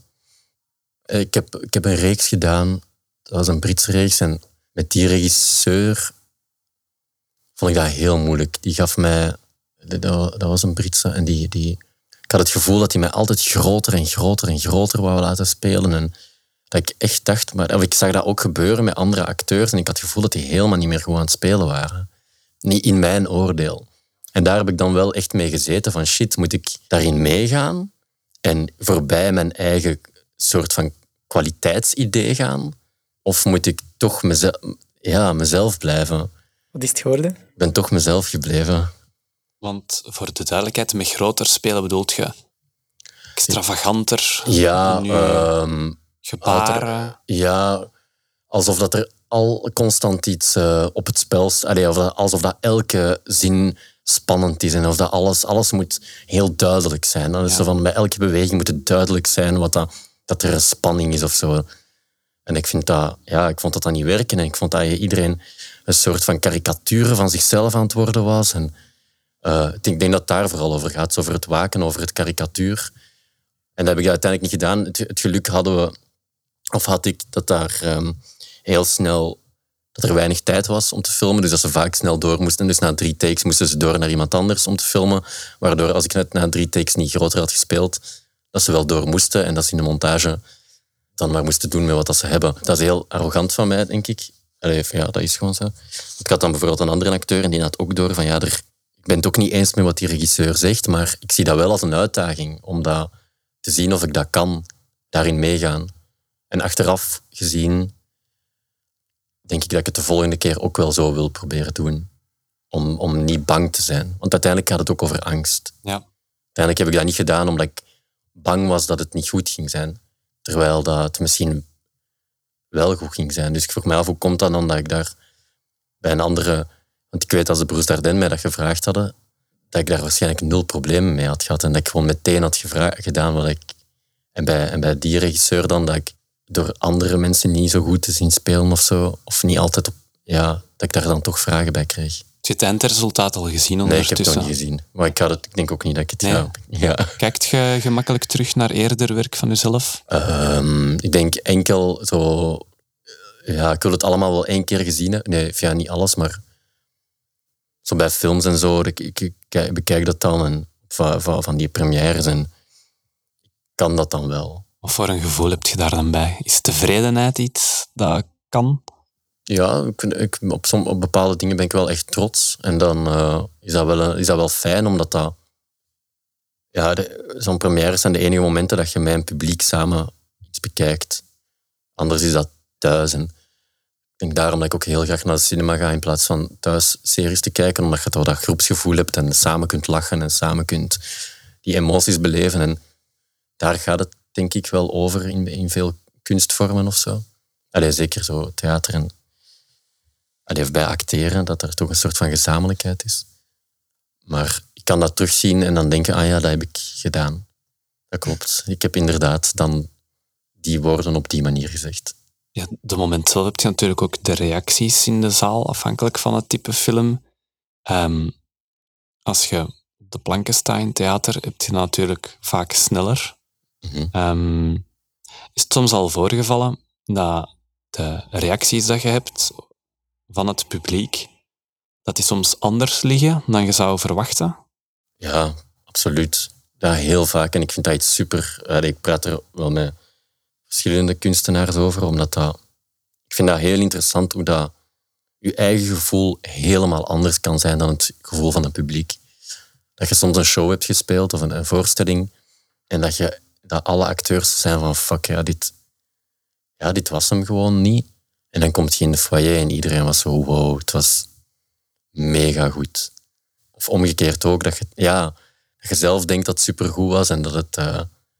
C: Ik heb, ik heb een reeks gedaan, dat was een Britse reeks, en met die regisseur vond ik dat heel moeilijk. Die gaf mij, dat, dat was een Britse, en die, die, ik had het gevoel dat hij mij altijd groter en groter en groter wou laten spelen. En dat ik echt dacht, maar of ik zag dat ook gebeuren met andere acteurs, en ik had het gevoel dat die helemaal niet meer gewoon aan het spelen waren. Niet in mijn oordeel. En daar heb ik dan wel echt mee gezeten van shit, moet ik daarin meegaan en voorbij mijn eigen soort van kwaliteitsidee gaan? Of moet ik toch mezelf, ja, mezelf blijven?
A: Wat is het geworden?
C: Ik ben toch mezelf gebleven.
B: Want voor de duidelijkheid, met groter spelen bedoelt je extravaganter?
C: Ja,
B: nu,
C: um,
B: gebaren?
C: Ja, alsof dat er al constant iets uh, op het spel is. Allee, of dat, alsof dat elke zin spannend is en of dat alles, alles moet heel duidelijk zijn. Dan is ja. zo van, bij elke beweging moet het duidelijk zijn wat dat, dat er een spanning is of zo. En ik, vind dat, ja, ik vond dat dan niet werken en ik vond dat iedereen een soort van karikatuur van zichzelf aan het worden was. En, uh, ik denk dat het daar vooral over gaat, over het waken, over het karikatuur. En dat heb ik uiteindelijk niet gedaan. Het, het geluk hadden we, of had ik, dat daar um, heel snel, dat er weinig tijd was om te filmen, dus dat ze vaak snel door moesten. Dus na drie takes moesten ze door naar iemand anders om te filmen, waardoor als ik net na drie takes niet groter had gespeeld, dat ze wel door moesten en dat ze in de montage dan maar moesten doen met wat dat ze hebben. Dat is heel arrogant van mij, denk ik. Allee, ja, dat is gewoon zo. Ik had dan bijvoorbeeld een andere acteur en die had ook door van ja, er, ik ben het ook niet eens met wat die regisseur zegt, maar ik zie dat wel als een uitdaging om dat te zien of ik dat kan, daarin meegaan. En achteraf gezien denk ik dat ik het de volgende keer ook wel zo wil proberen doen. Om, om niet bang te zijn. Want uiteindelijk gaat het ook over angst.
B: Ja.
C: Uiteindelijk heb ik dat niet gedaan omdat ik bang was dat het niet goed ging zijn. Terwijl dat het misschien wel goed ging zijn. Dus ik vroeg me af, hoe komt dat dan dat ik daar bij een andere... Want ik weet als de broers Dardenne mij dat gevraagd hadden, dat ik daar waarschijnlijk nul problemen mee had gehad. En dat ik gewoon meteen had gevra- gedaan wat ik... En bij, en bij die regisseur dan, dat ik door andere mensen niet zo goed te zien spelen of zo, of niet altijd op... Ja, dat ik daar dan toch vragen bij kreeg.
B: Heb je het eindresultaat al gezien ondertussen?
C: Nee, ik heb het nog niet gezien. Maar ik, had het, ik denk ook niet dat ik het
B: nee.
C: ga. Ja.
B: Kijkt je gemakkelijk terug naar eerder werk van jezelf?
C: Um, ik denk enkel zo... Ja, ik wil het allemaal wel één keer gezien hebben. Nee, ja, niet alles, maar... Zo bij films en zo, ik, ik, ik bekijk dat dan en van, van, van die premières en ik kan dat dan wel.
B: Wat voor een gevoel heb je daar dan bij? Is tevredenheid iets dat kan?
C: Ja, ik, ik, op, som, op bepaalde dingen ben ik wel echt trots. En dan uh, is, dat wel, is dat wel fijn, omdat dat... Ja, de, zo'n première zijn de enige momenten dat je met een publiek samen iets bekijkt. Anders is dat thuis. En ik denk daarom dat ik ook heel graag naar de cinema ga in plaats van thuis series te kijken, omdat je toch dat groepsgevoel hebt en samen kunt lachen en samen kunt die emoties beleven. En daar gaat het denk ik wel over in, in veel kunstvormen of zo. Allee, zeker zo theater en allee, bij acteren, dat er toch een soort van gezamenlijkheid is. Maar ik kan dat terugzien en dan denken, ah ja, dat heb ik gedaan. Dat klopt. Ik heb inderdaad dan die woorden op die manier gezegd.
B: Ja, de moment zelf heb je natuurlijk ook de reacties in de zaal, afhankelijk van het type film. Um, als je op de planken staat in theater, heb je natuurlijk vaak sneller.
C: Mm-hmm.
B: Um, is het soms al voorgevallen dat de reacties dat je hebt van het publiek, dat die soms anders liggen dan je zou verwachten?
C: Ja, absoluut. Ja, heel vaak. En ik vind dat iets super... Allee, ik praat er wel met verschillende kunstenaars over, omdat dat... Ik vind dat heel interessant hoe dat je eigen gevoel helemaal anders kan zijn dan het gevoel van het publiek. Dat je soms een show hebt gespeeld of een, een voorstelling en dat, je, dat alle acteurs zijn van fuck, ja dit, ja, dit was hem gewoon niet. En dan komt je in de foyer en iedereen was zo wow, het was mega goed. Of omgekeerd ook, dat je, ja, dat je zelf denkt dat het supergoed was en dat het... Uh,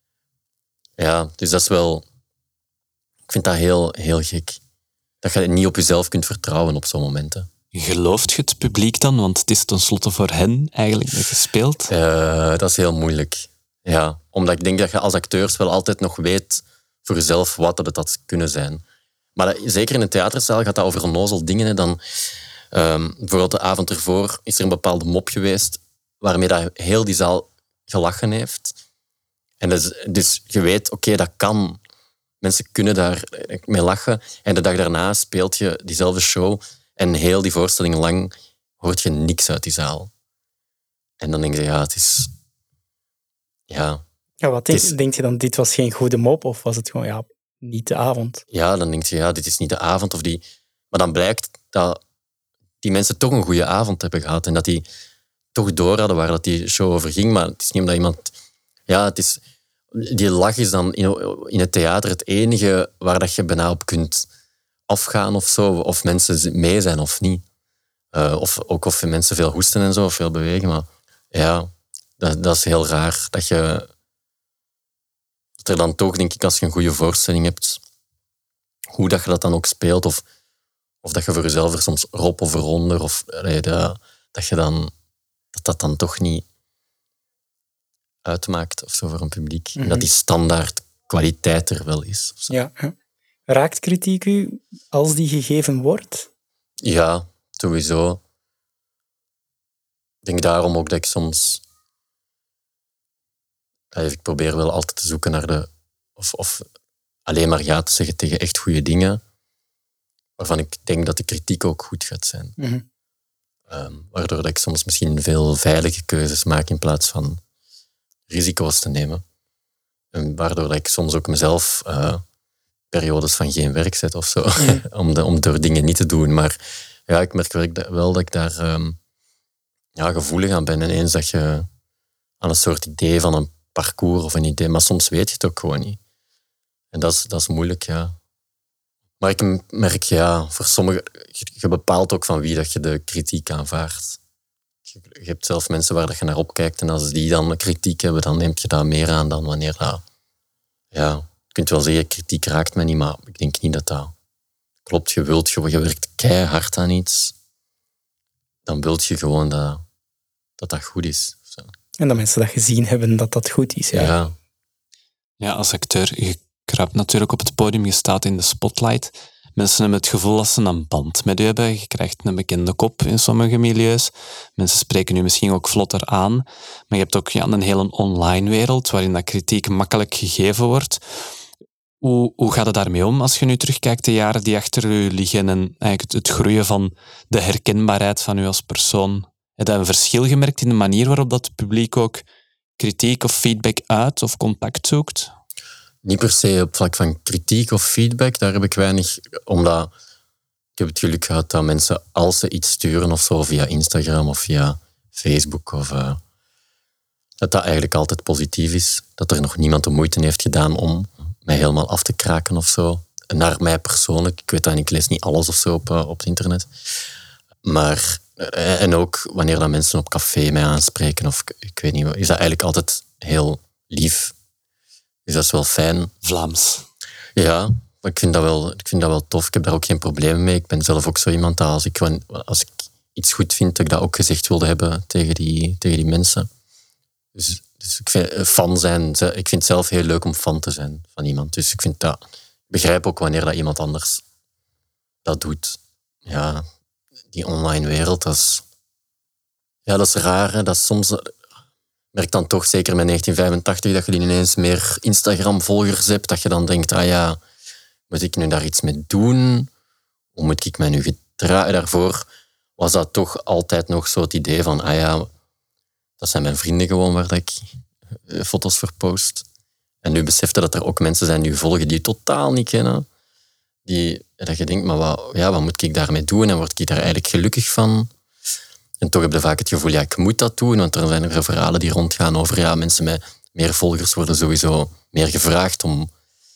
C: ja, dus dat is wel... Ik vind dat heel, heel gek. Dat je niet op jezelf kunt vertrouwen op zo'n momenten.
B: Gelooft je het publiek dan? Want het is tenslotte voor hen eigenlijk dat je speelt.
C: Uh, dat is heel moeilijk. Ja, omdat ik denk dat je als acteurs wel altijd nog weet voor jezelf wat dat het had kunnen zijn. Maar dat, zeker in een theaterzaal gaat dat over onnozel dingen. Hè. Dan, um, bijvoorbeeld de avond ervoor is er een bepaalde mop geweest waarmee dat heel die zaal gelachen heeft. En dus, dus je weet, oké, okay, dat kan... Mensen kunnen daar mee lachen. En de dag daarna speelt je diezelfde show en heel die voorstelling lang hoort je niks uit die zaal. En dan denk je, ja, het is... Ja,
A: ja wat denk,
C: is,
A: denk je dan, dit was geen goede mop? Of was het gewoon, ja, niet de avond?
C: Ja, dan denk je, ja, dit is niet de avond. Of die... Maar dan blijkt dat die mensen toch een goede avond hebben gehad. En dat die toch door hadden waar dat die show over ging. Maar het is niet omdat iemand... Ja, het is... Die lach is dan in het theater het enige waar dat je bijna op kunt afgaan of zo. Of mensen mee zijn of niet. Uh, of ook of mensen veel hoesten en zo, of veel bewegen. Maar ja, dat, dat is heel raar. Dat je... Dat er dan toch, denk ik, als je een goede voorstelling hebt, hoe dat je dat dan ook speelt, of, of dat je voor jezelf er soms erop of eronder, of allee, dat, dat je dan... Dat dat dan toch niet... uitmaakt of zo voor een publiek. Mm-hmm. En dat die standaard kwaliteit er wel is. Of zo.
A: Ja. Raakt kritiek u als die gegeven wordt?
C: Ja, sowieso. Ik denk daarom ook dat ik soms... Ik probeer wel altijd te zoeken naar de... Of, of alleen maar ja te zeggen tegen echt goede dingen, waarvan ik denk dat de kritiek ook goed gaat zijn.
A: Mm-hmm.
C: Um, waardoor dat ik soms misschien veel veilige keuzes maak in plaats van risico's te nemen. En waardoor dat ik soms ook mezelf uh, periodes van geen werk zet of zo. Mm. om, de, om door dingen niet te doen. Maar ja, ik merk wel dat ik daar um, ja, gevoelig aan ben. En eens dat je aan een soort idee van een parcours of een idee... Maar soms weet je het ook gewoon niet. En dat is, dat is moeilijk, ja. Maar ik merk, ja, voor sommigen... Je bepaalt ook van wie dat je de kritiek aanvaardt. Je hebt zelf mensen waar je naar opkijkt en als die dan kritiek hebben, dan neemt je dat meer aan dan wanneer dat... Ja, je kunt wel zeggen, kritiek raakt me niet, maar ik denk niet dat dat klopt. Je wilt, je, je werkt keihard aan iets, dan wilt je gewoon dat dat, dat goed is. Zo.
A: En dat mensen dat gezien hebben, dat dat goed is. Ja,
C: ja.
B: Ja, als acteur, je kruipt natuurlijk op het podium, je staat in de spotlight. Mensen hebben het gevoel dat ze een band met u hebben. Je krijgt een bekende kop in sommige milieus. Mensen spreken u misschien ook vlotter aan. Maar je hebt ook ja, een hele online wereld waarin dat kritiek makkelijk gegeven wordt. Hoe, hoe gaat het daarmee om als je nu terugkijkt de jaren die achter u liggen en eigenlijk het, het groeien van de herkenbaarheid van u als persoon? Heb je een verschil gemerkt in de manier waarop dat het publiek ook kritiek of feedback uit of contact zoekt?
C: Niet per se op vlak van kritiek of feedback, daar heb ik weinig, omdat ik heb het geluk gehad dat mensen, als ze iets sturen of zo, via Instagram of via Facebook, of, uh, dat dat eigenlijk altijd positief is. Dat er nog niemand de moeite heeft gedaan om mij helemaal af te kraken of zo. Naar mij persoonlijk, ik weet dat, ik lees niet alles of zo op, uh, op het internet. Maar, uh, en ook wanneer dat mensen op café mij aanspreken, of ik weet niet, is dat eigenlijk altijd heel lief. Dus dat is wel fijn.
B: Vlaams.
C: Ja, maar ik vind, dat wel, ik vind dat wel tof. Ik heb daar ook geen problemen mee. Ik ben zelf ook zo iemand dat als ik, als ik iets goed vind, dat ik dat ook gezegd wilde hebben tegen die, tegen die mensen. Dus, dus ik vind fan zijn... Ik vind het zelf heel leuk om fan te zijn van iemand. Dus ik vind dat... Ik begrijp ook wanneer dat iemand anders dat doet. Ja, die online wereld, dat is... Ja, dat is raar. Hè? Dat is soms... Ik merk dan toch, zeker met negentien vijfentachtig, dat je ineens meer Instagram-volgers hebt, dat je dan denkt, ah ja, ik Moet ik nu daar iets mee doen? Hoe moet ik mij nu gedragen? Daarvoor was dat toch altijd nog zo het idee van, ah ja, dat zijn mijn vrienden gewoon waar dat ik foto's voor post. En nu besefte dat er ook mensen zijn die je volgen die je totaal niet kennen. Die, dat je denkt, maar wat, ja, wat moet ik daarmee doen? En word ik daar eigenlijk gelukkig van? En toch heb je vaak het gevoel, ja, ik moet dat doen. Want er zijn er verhalen die rondgaan over, ja, mensen met meer volgers worden sowieso meer gevraagd om,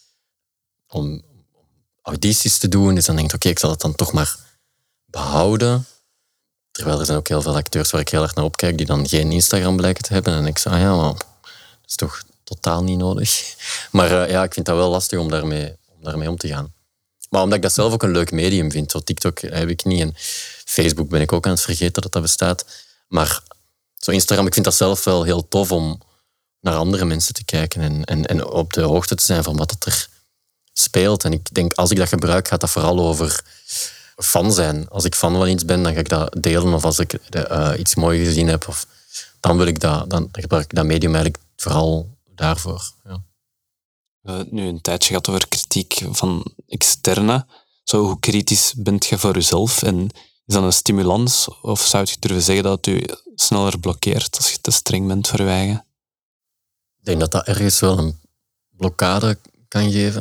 C: om audities te doen. Dus dan denk ik, oké, okay, ik zal het dan toch maar behouden. Terwijl er zijn ook heel veel acteurs waar ik heel erg naar opkijk, die dan geen Instagram blijken te hebben. En ik zeg, ah ja, maar dat is toch totaal niet nodig. Maar uh, ja, ik vind dat wel lastig om daarmee, om daarmee om te gaan. Maar omdat ik dat zelf ook een leuk medium vind. Zo TikTok heb ik niet en Facebook ben ik ook aan het vergeten dat dat bestaat. Maar zo Instagram, ik vind dat zelf wel heel tof om naar andere mensen te kijken en, en, en op de hoogte te zijn van wat het er speelt. En ik denk, als ik dat gebruik, gaat dat vooral over fan zijn. Als ik fan van iets ben, dan ga ik dat delen. Of als ik uh, iets moois gezien heb, of, dan, wil ik dat, dan gebruik ik dat medium eigenlijk vooral daarvoor. Ja.
B: We hebben nu een tijdje gehad over kritiek van externe. Zo, hoe kritisch bent je voor jezelf? En is dat een stimulans? Of zou je durven zeggen dat het je sneller blokkeert als je te streng bent voor je eigen?
C: Ik denk dat dat ergens wel een blokkade kan geven.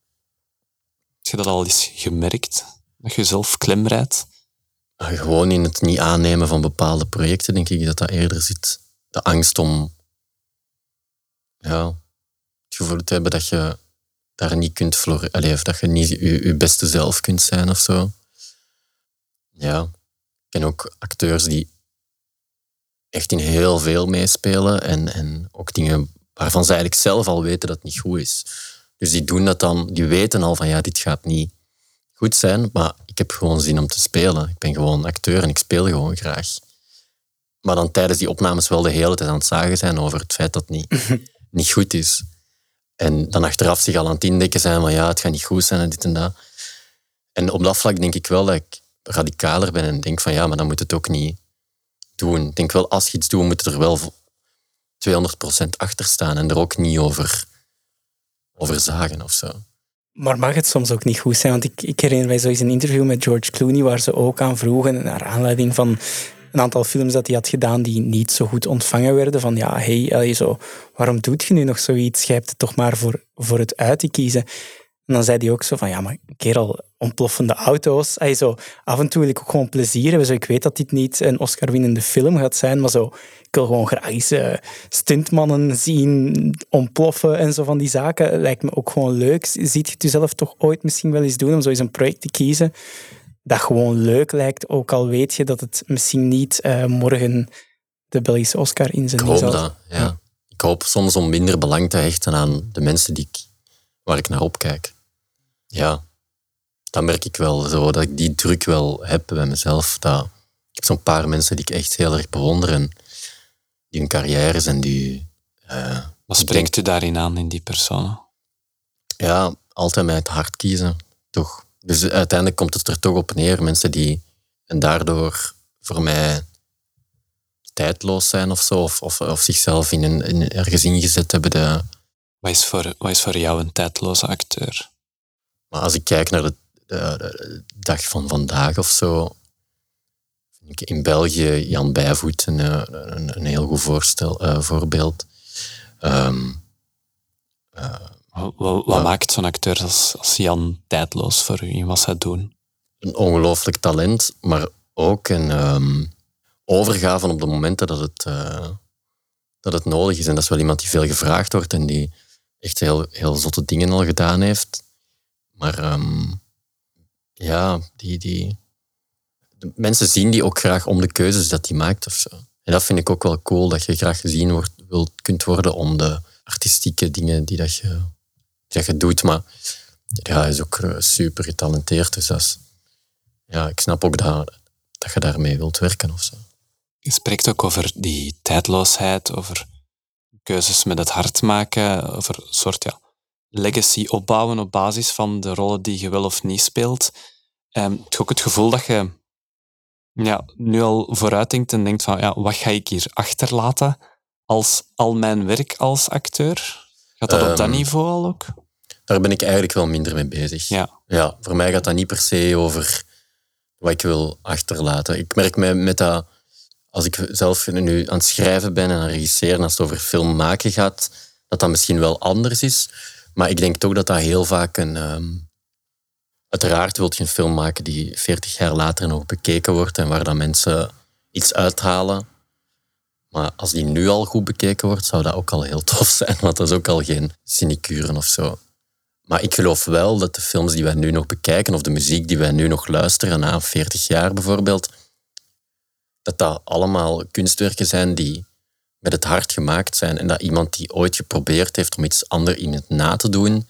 B: Heb je dat al eens gemerkt? Dat je jezelf klemrijdt?
C: Gewoon in het niet aannemen van bepaalde projecten, denk ik dat dat eerder zit. De angst om ja, het gevoel te hebben dat je daar niet kunt floreren. Allee, of dat je niet je, je beste zelf kunt zijn of zo. Ja. Ik ken ook acteurs die echt in heel veel meespelen en, en ook dingen waarvan ze eigenlijk zelf al weten dat het niet goed is. Dus die doen dat dan, die weten al van ja, dit gaat niet goed zijn, maar ik heb gewoon zin om te spelen. Ik ben gewoon acteur en ik speel gewoon graag. Maar dan tijdens die opnames wel de hele tijd aan het zagen zijn over het feit dat het niet, niet goed is. En dan achteraf zich al aan het indekken zijn van ja, het gaat niet goed zijn en dit en dat. En op dat vlak denk ik wel dat ik radicaler ben en denk van ja, maar dan moet het ook niet doen. Ik denk wel, als je iets doet, moet je er wel tweehonderd procent achter staan en er ook niet over, over zagen of zo.
A: Maar mag het soms ook niet goed zijn? Want ik, ik herinner mij zo eens een interview met George Clooney waar ze ook aan vroegen, naar aanleiding van een aantal films dat hij had gedaan die niet zo goed ontvangen werden. Van ja, hey, allee, zo, waarom doe je nu nog zoiets? Je hebt het toch maar voor, voor het uit te kiezen. En dan zei hij ook zo van, ja, maar kerel, ontploffende auto's. Allee, zo, af en toe wil ik ook gewoon plezier hebben. Zo, ik weet dat dit niet een Oscar-winnende film gaat zijn, maar zo, ik wil gewoon graag eens uh, stuntmannen zien ontploffen en zo van die zaken. Lijkt me ook gewoon leuk. Ziet je het jezelf toch ooit misschien wel eens doen om zo eens een project te kiezen dat gewoon leuk lijkt, ook al weet je dat het misschien niet uh, morgen de Belgische Oscar inzending zal.
C: Ik hoop dat, ja. ja. Ik hoop soms om minder belang te hechten aan de mensen die ik, waar ik naar opkijk. Ja, dan merk ik wel zo dat ik die druk wel heb bij mezelf. Dat, ik heb zo'n paar mensen die ik echt heel erg bewonder en die hun carrières en die... Uh,
B: Wat spreekt u daarin aan, in die personen?
C: Ja, altijd met het hart kiezen, toch. Dus uiteindelijk komt het er toch op neer. Mensen die en daardoor voor mij tijdloos zijn of zo. Of, of, of zichzelf in een, in ergens ingezet hebben. De...
B: Wat is voor, wat is voor jou een tijdloze acteur?
C: Maar als ik kijk naar de, de, de dag van vandaag of zo. Vind ik in België Jan Bijvoet een, een, een heel goed voorstel, uh, voorbeeld. Um,
B: uh, Wat, wat ja. maakt zo'n acteur als, als Jan tijdloos voor u in wat zij doen?
C: Een ongelooflijk talent, maar ook een um, overgave op de momenten dat het, uh, dat het nodig is. En dat is wel iemand die veel gevraagd wordt en die echt heel, heel zotte dingen al gedaan heeft. Maar um, ja, die, die, de mensen zien die ook graag om de keuzes dat hij maakt of zo. En dat vind ik ook wel cool, dat je graag gezien wordt, wilt, kunt worden om de artistieke dingen die dat je... dat je doet, maar ja, hij is ook super getalenteerd. Dus dat is, ja, ik snap ook dat, dat je daarmee wilt werken of zo.
B: Je spreekt ook over die tijdloosheid, over keuzes met het hart maken, over een soort ja, legacy opbouwen op basis van de rollen die je wel of niet speelt. Um, heb je ook het gevoel dat je ja, nu al vooruitdenkt en denkt van ja, wat ga ik hier achterlaten als al mijn werk als acteur? Gaat dat um, op dat niveau al ook?
C: daar ben ik eigenlijk wel minder mee bezig.
B: Ja.
C: Ja, voor mij gaat dat niet per se over wat ik wil achterlaten. Ik merk mij met dat, als ik zelf nu aan het schrijven ben en aan het regisseren, als het over film maken gaat, dat dat misschien wel anders is. Maar ik denk toch dat dat heel vaak een... Um, uiteraard wil je een film maken die veertig jaar later nog bekeken wordt en waar dan mensen iets uithalen. Maar als die nu al goed bekeken wordt, zou dat ook al heel tof zijn. Want dat is ook al geen sinecure of zo. Maar ik geloof wel dat de films die wij nu nog bekijken, of de muziek die wij nu nog luisteren, na veertig jaar bijvoorbeeld, dat dat allemaal kunstwerken zijn die met het hart gemaakt zijn. En dat iemand die ooit geprobeerd heeft om iets ander iemand na te doen,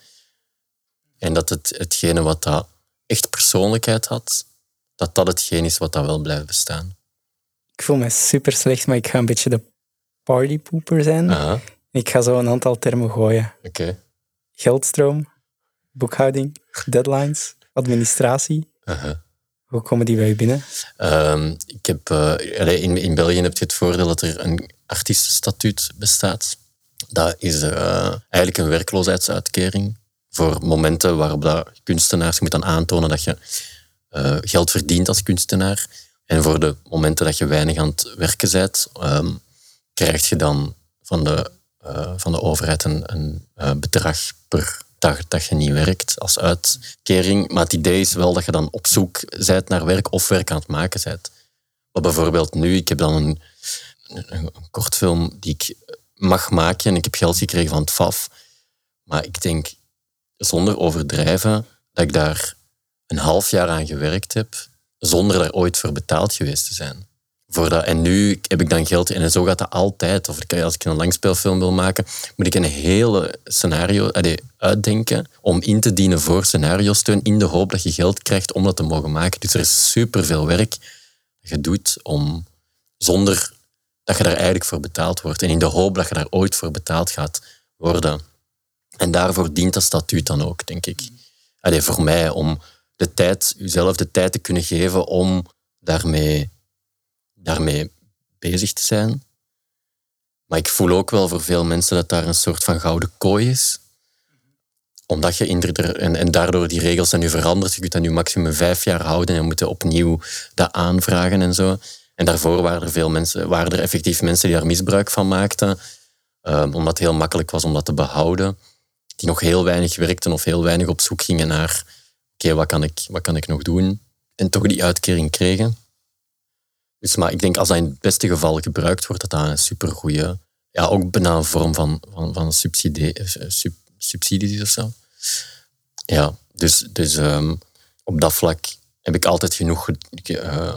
C: en dat het, hetgene wat dat echt persoonlijkheid had, dat dat hetgeen is wat dat wel blijft bestaan.
A: Ik voel me super slecht, maar ik ga een beetje de partypooper zijn.
C: Aha.
A: Ik ga zo een aantal termen gooien.
C: Oké. Okay.
A: Geldstroom, boekhouding, deadlines, administratie.
C: Aha. Hoe
A: komen die bij u binnen?
C: Um, ik heb, uh, in, in België heb je het voordeel dat er een artiestenstatuut bestaat. Dat is uh, eigenlijk een werkloosheidsuitkering voor momenten waarop dat kunstenaars, je moet dan aantonen dat je uh, geld verdient als kunstenaar. En voor de momenten dat je weinig aan het werken bent, um, krijg je dan van de, uh, van de overheid een, een uh, bedrag per dag dat je niet werkt als uitkering. Maar het idee is wel dat je dan op zoek bent naar werk of werk aan het maken bent. Maar bijvoorbeeld nu, ik heb dan een, een, een kortfilm die ik mag maken en ik heb geld gekregen van het F A F. Maar ik denk, zonder overdrijven, dat ik daar een half jaar aan gewerkt heb, zonder daar ooit voor betaald geweest te zijn. Voor dat, en nu heb ik dan geld, en zo gaat dat altijd. Of als ik een langspeelfilm wil maken, moet ik een hele scenario allee, uitdenken om in te dienen voor scenario-steun, in de hoop dat je geld krijgt om dat te mogen maken. Dus er is superveel werk dat je doet om, zonder dat je daar eigenlijk voor betaald wordt. En in de hoop dat je daar ooit voor betaald gaat worden. En daarvoor dient dat statuut dan ook, denk ik. Allee, voor mij, om de tijd, jezelf de tijd te kunnen geven om daarmee, daarmee bezig te zijn. Maar ik voel ook wel voor veel mensen dat daar een soort van gouden kooi is. Omdat je inderdaad, en, en daardoor die regels zijn nu veranderd. Je kunt dat nu maximum vijf jaar houden en je moet opnieuw dat aanvragen en zo. En daarvoor waren er veel mensen, waren er effectief mensen die daar misbruik van maakten. Um, omdat het heel makkelijk was om dat te behouden. Die nog heel weinig werkten of heel weinig op zoek gingen naar oké, okay, wat kan ik, wat kan ik nog doen? En toch die uitkering kregen. Dus, maar ik denk, als dat in het beste geval gebruikt wordt, dat dat een supergoeie, ja, ook bijna een vorm van, van, van subsidie, sub, subsidies of zo. Ja, dus, dus um, op dat vlak heb ik altijd genoeg uh,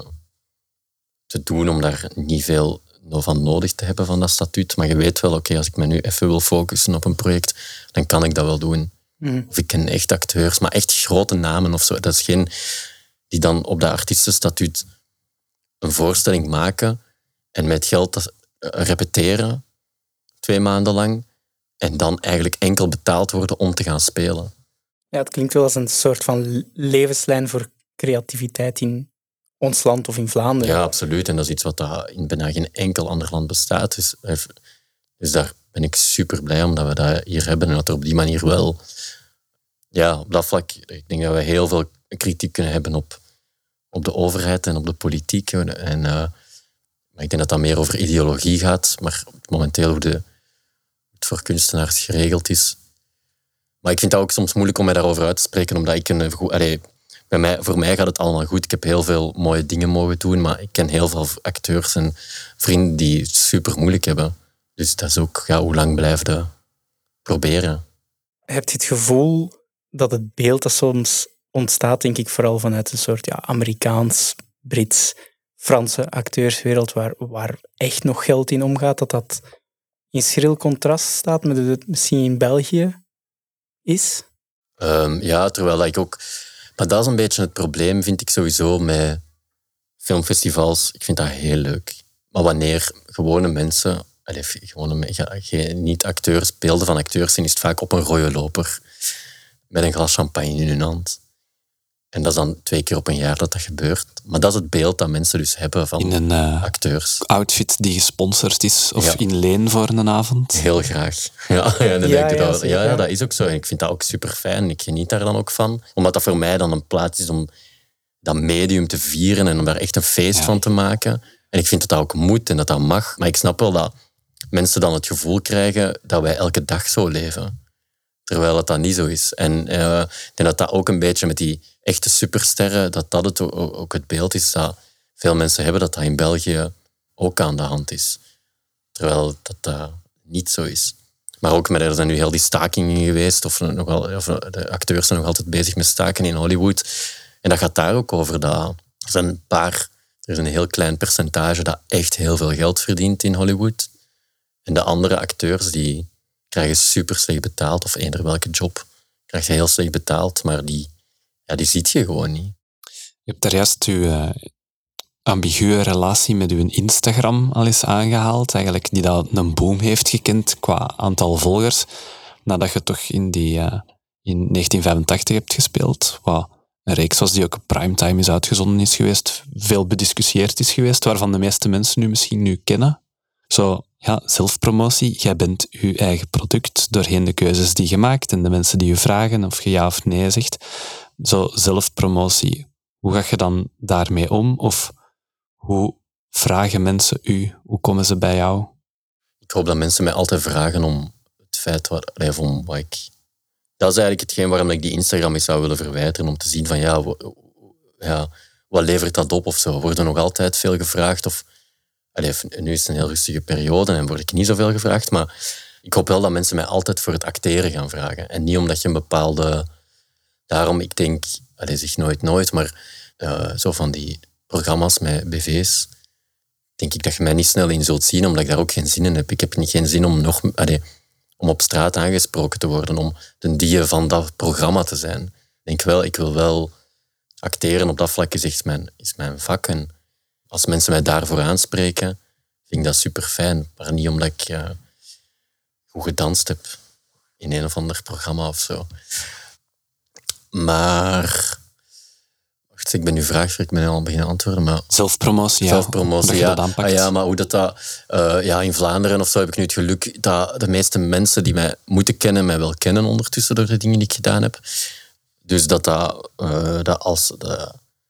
C: te doen om daar niet veel van nodig te hebben van dat statuut. Maar je weet wel, oké, okay, als ik me nu even wil focussen op een project, dan kan ik dat wel doen. Mm. Of ik ken echt acteurs, maar echt grote namen of zo. Dat is geen die dan op dat artiestenstatuut een voorstelling maken en met geld repeteren, twee maanden lang, en dan eigenlijk enkel betaald worden om te gaan spelen.
A: Ja, het klinkt wel als een soort van levenslijn voor creativiteit in ons land of in Vlaanderen.
C: Ja, absoluut. En dat is iets wat daar in bijna geen enkel ander land bestaat. Dus, dus daar ben ik super blij om dat we dat hier hebben en dat er op die manier wel... Ja, op dat vlak, ik denk dat we heel veel kritiek kunnen hebben op, op de overheid en op de politiek. En, uh, maar ik denk dat dat meer over ideologie gaat. Maar momenteel hoe de, het voor kunstenaars geregeld is. Maar ik vind dat ook soms moeilijk om mij daarover uit te spreken, omdat ik een goed... Allee, bij mij, voor mij gaat het allemaal goed. Ik heb heel veel mooie dingen mogen doen, maar ik ken heel veel acteurs en vrienden die het super moeilijk hebben. Dus dat is ook, ja, hoe lang blijf je proberen?
A: Heb je het gevoel dat het beeld dat soms ontstaat, denk ik vooral vanuit een soort ja, Amerikaans, Brits, Franse acteurswereld, waar, waar echt nog geld in omgaat, dat dat in schril contrast staat met het misschien in België is?
C: Um, ja, terwijl dat ik ook... Maar dat is een beetje het probleem, vind ik sowieso, met filmfestivals. Ik vind dat heel leuk. Maar wanneer gewone mensen, allez, gewone, niet acteurs, beelden van acteurs zien, is het vaak op een rode loper met een glas champagne in hun hand. En dat is dan twee keer op een jaar dat dat gebeurt. Maar dat is het beeld dat mensen dus hebben van
B: In een uh,
C: acteurs.
B: outfit die gesponsord is of
C: Ja.
B: in leen voor een avond.
C: Heel graag. Ja, ja, dan
A: Ja,
C: denk ik
A: ja,
C: dat,
A: zeker.
C: ja, ja, dat is ook zo. En ik vind dat ook super fijn. Ik geniet daar dan ook van. Omdat dat voor mij dan een plaats is om dat medium te vieren en om daar echt een feest
B: Ja.
C: van te maken. En ik vind dat dat ook moet en dat dat mag. Maar ik snap wel dat mensen dan het gevoel krijgen dat wij elke dag zo leven. Terwijl het dat niet zo is. En uh, ik denk dat dat ook een beetje met die echte supersterren, dat dat het ook, ook het beeld is dat veel mensen hebben, dat dat in België ook aan de hand is. Terwijl dat uh, niet zo is. Maar ook, met, er zijn nu heel die stakingen geweest, of, nogal, of de acteurs zijn nog altijd bezig met staken in Hollywood. En dat gaat daar ook over. Dat, er zijn een paar, er is een heel klein percentage dat echt heel veel geld verdient in Hollywood. En de andere acteurs die krijgen super slecht betaald, of eender welke job krijg je heel slecht betaald, maar die, ja, die ziet je gewoon niet.
B: Je hebt daar juist je uh, ambiguë relatie met uw Instagram al eens aangehaald, eigenlijk die dat een boom heeft gekend qua aantal volgers, nadat je toch in, die, uh, in negentien vijfentachtig hebt gespeeld, wat een reeks was die ook op primetime is uitgezonden is geweest, veel bediscussieerd is geweest, waarvan de meeste mensen nu misschien nu kennen. Zo, ja, zelfpromotie. Jij bent je eigen product doorheen de keuzes die je maakt en de mensen die je vragen of je ja of nee zegt. Zo, zelfpromotie. Hoe ga je dan daarmee om? Of hoe vragen mensen u? Hoe komen ze bij jou?
C: Ik hoop dat mensen mij altijd vragen om het feit wat, of om wat ik... Dat is eigenlijk hetgeen waarom ik die Instagram eens zou willen verwijderen, om te zien van ja, w- ja wat levert dat op of zo. Worden nog altijd veel gevraagd of... Allee, nu is het een heel rustige periode en word ik niet zoveel gevraagd, maar ik hoop wel dat mensen mij altijd voor het acteren gaan vragen. En niet omdat je een bepaalde... Daarom, ik denk, allee, zeg nooit nooit, maar uh, zo van die programma's met B V's, denk ik dat je mij niet snel in zult zien, omdat ik daar ook geen zin in heb. Ik heb niet geen zin om, nog, allee, om op straat aangesproken te worden, om de die van dat programma te zijn. Ik denk wel, ik wil wel acteren op dat vlak, is echt mijn, is mijn vak. En als mensen mij daarvoor aanspreken, vind ik dat super fijn. Maar niet omdat ik uh, goed gedanst heb in een of ander programma of zo. Maar... Wacht, ik ben nu vraag, ik ben al beginnen antwoorden. Maar...
B: Zelfpromotie, ja.
C: Zelfpromotie,
B: hoe
C: ja.
B: dat je dat aanpakt.
C: Ah, ja, maar hoe dat... dat uh, ja, in Vlaanderen of zo heb ik nu het geluk dat de meeste mensen die mij moeten kennen, mij wel kennen ondertussen door de dingen die ik gedaan heb. Dus dat, dat, uh, dat als... De,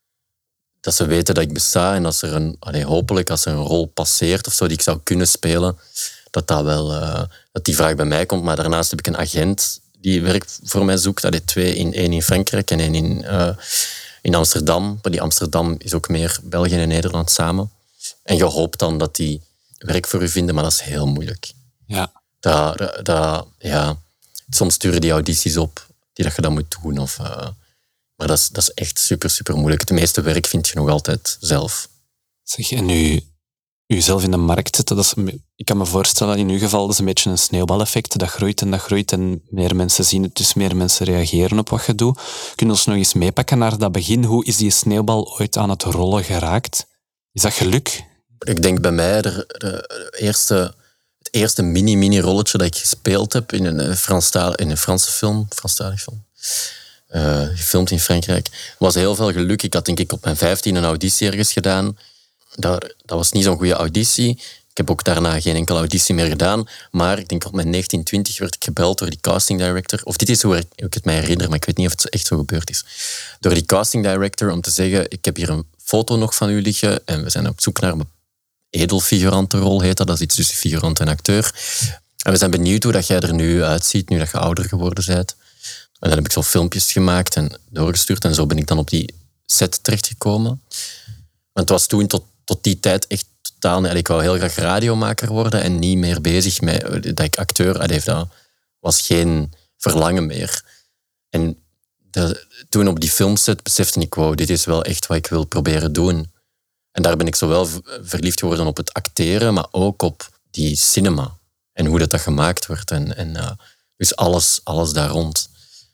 C: dat ze weten dat ik besta en als er een... Allee, hopelijk als er een rol passeert of zo die ik zou kunnen spelen, dat dat wel... Uh, dat die vraag bij mij komt. Maar daarnaast heb ik een agent die werk voor mij zoekt. Dat is twee, in, één in Frankrijk en één in, uh, in Amsterdam. Maar die Amsterdam is ook meer België en Nederland samen. En je hoopt dan dat die werk voor u vinden, maar dat is heel moeilijk.
B: Ja.
C: Dat, dat, dat, ja. Soms sturen die audities op die dat je dan moet doen. Of, uh, maar dat is, dat is echt super, super moeilijk. Het meeste werk vind je nog altijd zelf.
B: Zeg, en u, uzelf in de markt zetten, dat is, ik kan me voorstellen, in uw geval, dat is een beetje een sneeuwbaleffect. Dat groeit en dat groeit en meer mensen zien het, dus meer mensen reageren op wat je doet. Kun je ons nog eens meepakken naar dat begin? Hoe is die sneeuwbal ooit aan het rollen geraakt? Is dat geluk?
C: Ik denk bij mij de, de, de eerste, het eerste mini-mini-rolletje dat ik gespeeld heb in een, Franstaal, in een Franse film, Franstalig film, uh, gefilmd in Frankrijk, was heel veel geluk. Ik had denk ik op mijn vijftien een auditie ergens gedaan. Dat, dat was niet zo'n goede auditie. Ik heb ook daarna geen enkele auditie meer gedaan. Maar ik denk op mijn negentien twintig werd ik gebeld door die casting director. Of dit is hoe ik, hoe ik het mij herinner, maar ik weet niet of het echt zo gebeurd is. Door die casting director om te zeggen, ik heb hier een foto nog van u liggen en we zijn op zoek naar een edelfigurantenrol, heet dat. Dat is iets tussen figurant en acteur. En we zijn benieuwd hoe dat jij er nu uitziet, nu dat je ouder geworden bent. En dan heb ik zo filmpjes gemaakt en doorgestuurd. En zo ben ik dan op die set terechtgekomen. Want het was toen tot, tot die tijd echt totaal... Nee, ik wou heel graag radiomaker worden en niet meer bezig met dat ik acteur... Allee, dat was geen verlangen meer. En de, toen op die filmset besefte ik, wow, dit is wel echt wat ik wil proberen doen. En daar ben ik zowel verliefd geworden op het acteren, maar ook op die cinema. En hoe dat, dat gemaakt wordt. En, en, uh, dus alles, alles daar rond.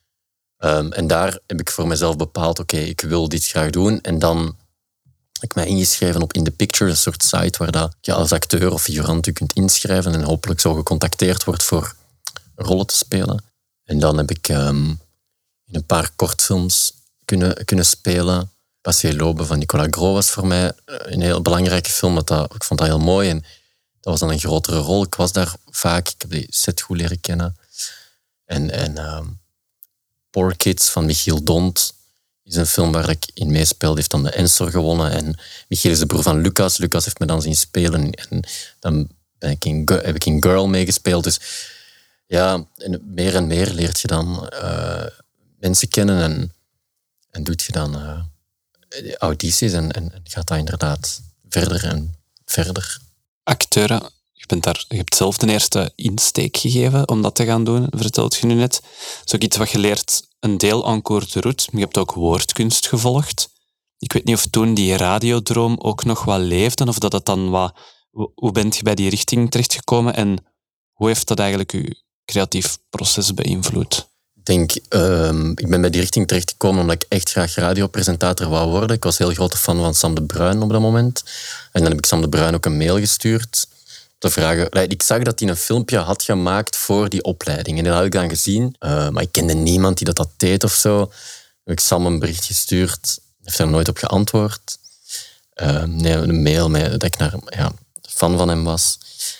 C: Um, en daar heb ik voor mezelf bepaald, oké, okay, ik wil dit graag doen. En dan heb ik mij ingeschreven op In The Picture, een soort site waar dat je als acteur of figurant u kunt inschrijven en hopelijk zo gecontacteerd wordt voor rollen te spelen. En dan heb ik um, in een paar kortfilms kunnen, kunnen spelen. Passé Lobe van Nicolas Gros was voor mij een heel belangrijke film. Dat dat, ik vond dat heel mooi. En dat was dan een grotere rol. Ik was daar vaak. Ik heb die set goed leren kennen. En, en uh, Poor Kids van Michiel Dont is een film waar ik in meespeelde. Heeft dan de Ensor gewonnen. En Michiel is de broer van Lucas. Lucas heeft me dan zien spelen. En dan ben ik in, heb ik in Girl meegespeeld. Dus ja, en meer en meer leert je dan uh, mensen kennen. En, en doet je dan uh, audities. En, en, en gaat dat inderdaad verder en verder.
B: Acteuren, je, bent daar, je hebt zelf de eerste insteek gegeven om dat te gaan doen, vertelt je nu net. Dat is ook iets wat je leert, een deel en cours de route, maar je hebt ook woordkunst gevolgd. Ik weet niet of toen die radiodroom ook nog wat leefde, of dat het dan wat... Hoe bent je bij die richting terechtgekomen en hoe heeft dat eigenlijk je creatief proces beïnvloed?
C: Ik denk, uh, ik ben bij die richting terechtgekomen omdat ik echt graag radiopresentator wou worden. Ik was een heel grote fan van Sam de Bruin op dat moment. En dan heb ik Sam de Bruin ook een mail gestuurd. Te vragen. Ik zag dat hij een filmpje had gemaakt voor die opleiding. En dat had ik dan gezien. Uh, maar ik kende niemand die dat, dat deed of zo. Dan heb ik Sam een bericht gestuurd. Hij heeft daar nooit op geantwoord. Uh, nee, een mail met, dat ik naar, ja, fan van hem was.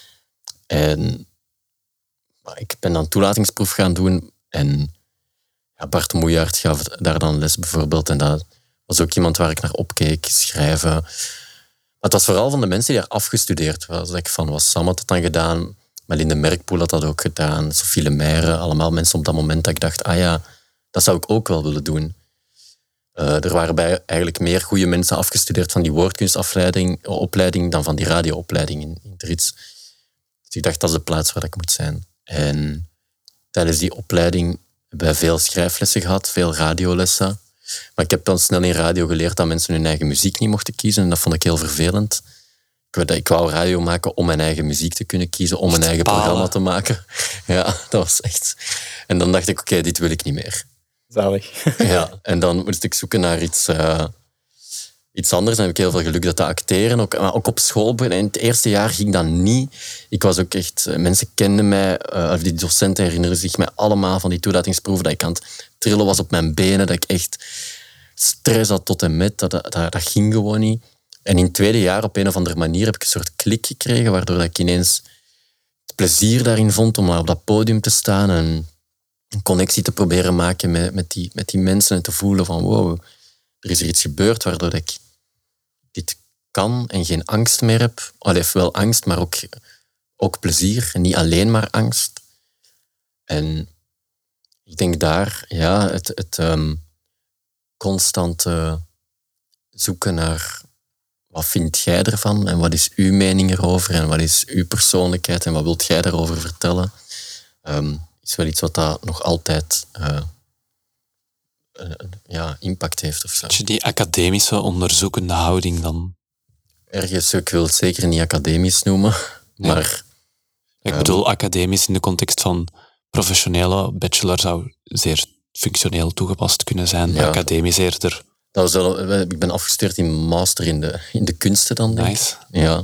C: En ik ben dan toelatingsproef gaan doen. En ja, Bart Moejaert gaf daar dan les bijvoorbeeld. En dat was ook iemand waar ik naar opkeek, schrijven. Maar het was vooral van de mensen die daar afgestudeerd waren. Dat ik van was. Sam had dat dan gedaan. Melinda Merkpoel had dat ook gedaan. Sophie Lemaire. Allemaal mensen op dat moment dat ik dacht, ah ja, dat zou ik ook wel willen doen. Uh, er waren bij eigenlijk meer goede mensen afgestudeerd van die woordkunstopleiding opleiding dan van die radioopleiding in, in Drits. Dus ik dacht, dat is de plaats waar ik moet zijn. En tijdens die opleiding hebben wij veel schrijflessen gehad, veel radiolessen. Maar ik heb dan snel in radio geleerd dat mensen hun eigen muziek niet mochten kiezen. En dat vond ik heel vervelend. Ik, ik wou radio maken om mijn eigen muziek te kunnen kiezen, om mijn eigen
B: Palen.
C: programma te maken. Ja, dat was echt... En dan dacht ik, oké, okay, dit wil ik niet meer.
A: Zalig.
C: Ja, en dan moest ik zoeken naar iets, uh, iets anders. Dan heb ik heel veel geluk dat te acteren. Ook, maar ook op school, in het eerste jaar ging dat niet. Ik was ook echt... Mensen kenden mij, uh, die docenten herinnerden zich mij allemaal van die toelatingsproeven, dat ik aan het trillen was op mijn benen, dat ik echt stress had tot en met. Dat, dat, dat ging gewoon niet. En in het tweede jaar, op een of andere manier, heb ik een soort klik gekregen, waardoor dat ik ineens het plezier daarin vond om op dat podium te staan en een connectie te proberen maken met, met, die, met die mensen en te voelen van wow, er is er iets gebeurd waardoor ik dit kan en geen angst meer heb. Allee, wel angst, maar ook, ook plezier en niet alleen maar angst. En ik denk daar, ja, het, het um, constante zoeken naar wat vind jij ervan en wat is uw mening erover en wat is uw persoonlijkheid en wat wilt jij daarover vertellen, um, is wel iets wat dat nog altijd uh, uh, ja, impact heeft. Of zo.
B: Had je die academische onderzoekende houding dan?
C: Ergens, ik wil het zeker niet academisch noemen,
B: nee.
C: maar...
B: Ik
C: um,
B: bedoel academisch in de context van professionele bachelor zou zeer functioneel toegepast kunnen zijn.
C: Ja.
B: Academisch eerder.
C: Dat was wel, ik ben afgestudeerd in master in de, in de kunsten dan, denk
B: Nice.
C: ik. Ja.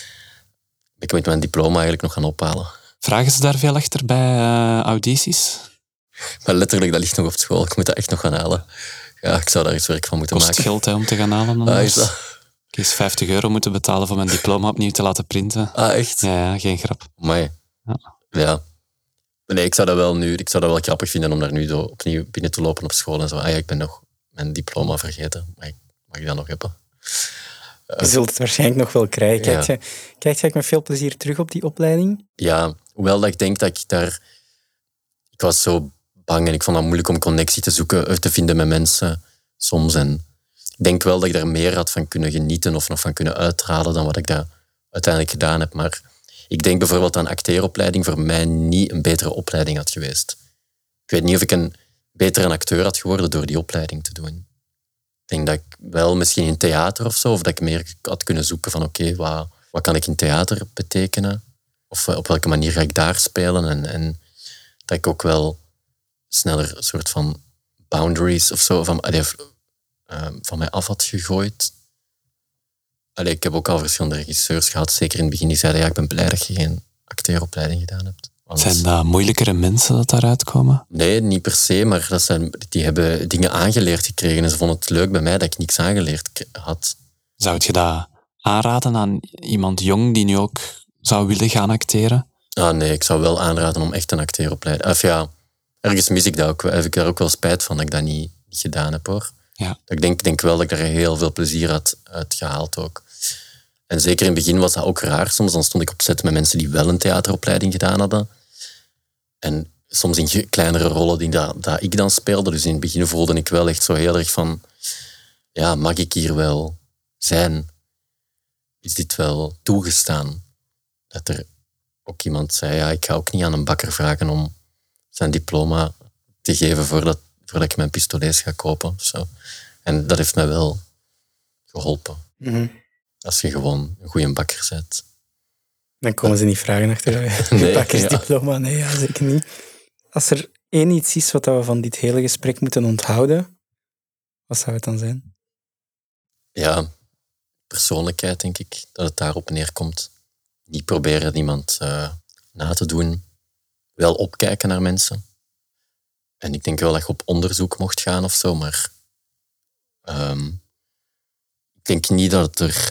C: Ik moet mijn diploma eigenlijk nog gaan ophalen.
B: Vragen ze daar veel achter bij uh, audities?
C: Maar letterlijk, dat ligt nog op school. Ik moet dat echt nog gaan halen. Ja, ik zou daar iets werk van moeten
B: Kost
C: maken.
B: geld hè, om te gaan halen. Dan
C: Ah,
B: dus.
C: is dat?
B: Ik eens vijftig euro moeten betalen voor mijn diploma opnieuw te laten printen.
C: Ah, echt?
B: Ja, ja, geen grap.
C: Amai.
B: Ja.
C: Ja. Nee, ik zou dat wel nu, ik zou dat wel grappig vinden om daar nu zo opnieuw binnen te lopen op school en zo. Ah ja, ik ben nog mijn diploma vergeten. Maar ik, mag ik dat nog hebben?
A: Je zult het waarschijnlijk nog wel krijgen. Kijk
C: Ja.
A: je, kijk je met veel plezier terug op die opleiding?
C: Ja, hoewel dat ik denk dat ik daar... Ik was zo bang en ik vond het moeilijk om connectie te zoeken, te vinden met mensen soms. En ik denk wel dat ik daar meer had van kunnen genieten of nog van kunnen uithalen dan wat ik daar uiteindelijk gedaan heb. Maar ik denk bijvoorbeeld dat een acteeropleiding voor mij niet een betere opleiding had geweest. Ik weet niet of ik een betere acteur had geworden door die opleiding te doen. Ik denk dat ik wel misschien in theater of zo, of dat ik meer had kunnen zoeken van oké, okay, wat, wat kan ik in theater betekenen? Of op welke manier ga ik daar spelen? En, en dat ik ook wel sneller een soort van boundaries of zo van, allee, uh, van mij af had gegooid. Allee, ik heb ook al verschillende regisseurs gehad, zeker in het begin, die zeiden ja, ik ben blij dat je geen acteeropleiding gedaan hebt. Want,
B: Zijn dat moeilijkere mensen dat daaruit komen?
C: Nee, niet per se, maar dat zijn, die hebben dingen aangeleerd gekregen en ze vonden het leuk bij mij dat ik niks aangeleerd k- had.
B: Zou je dat aanraden aan iemand jong die nu ook zou willen gaan acteren?
C: Ah nee, ik zou wel aanraden om echt een acteeropleiding... Of ja, ergens mis ik dat ook. Heb ik daar ook wel spijt van dat ik dat niet, niet gedaan heb, hoor.
B: Ja.
C: Ik denk, denk wel dat ik daar heel veel plezier had uit gehaald ook. En zeker in het begin was dat ook raar. Soms dan stond ik op set met mensen die wel een theateropleiding gedaan hadden. En soms in ge- kleinere rollen die dat, dat ik dan speelde. Dus in het begin voelde ik wel echt zo heel erg van... Ja, mag ik hier wel zijn? Is dit wel toegestaan? Dat er ook iemand zei... Ja, ik ga ook niet aan een bakker vragen om zijn diploma te geven voordat, voordat ik mijn pistolets ga kopen. Of zo. En dat heeft mij wel geholpen.
A: Mm-hmm.
C: Als je gewoon een goede bakker bent.
A: Dan komen ze niet vragen achter je
C: Nee,
A: bakkersdiploma. Nee, ja, zeker niet. Als er één iets is wat we van dit hele gesprek moeten onthouden, wat zou het dan zijn?
C: Ja, persoonlijkheid, denk ik. Dat het daarop neerkomt. Niet proberen iemand uh, na te doen. Wel opkijken naar mensen. En ik denk wel dat je op onderzoek mocht gaan of zo, maar... Um, ik denk niet dat het er...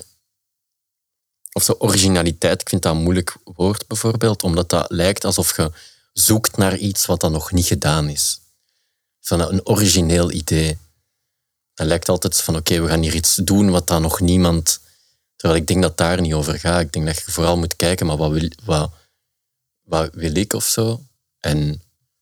C: Of zo originaliteit, ik vind dat een moeilijk woord bijvoorbeeld, omdat dat lijkt alsof je zoekt naar iets wat dan nog niet gedaan is. Van een origineel idee. Dat lijkt altijd van, oké, okay, we gaan hier iets doen wat dan nog niemand... Terwijl ik denk dat daar niet over gaat. Ik denk dat je vooral moet kijken, maar wat wil, wat, wat wil ik of zo? En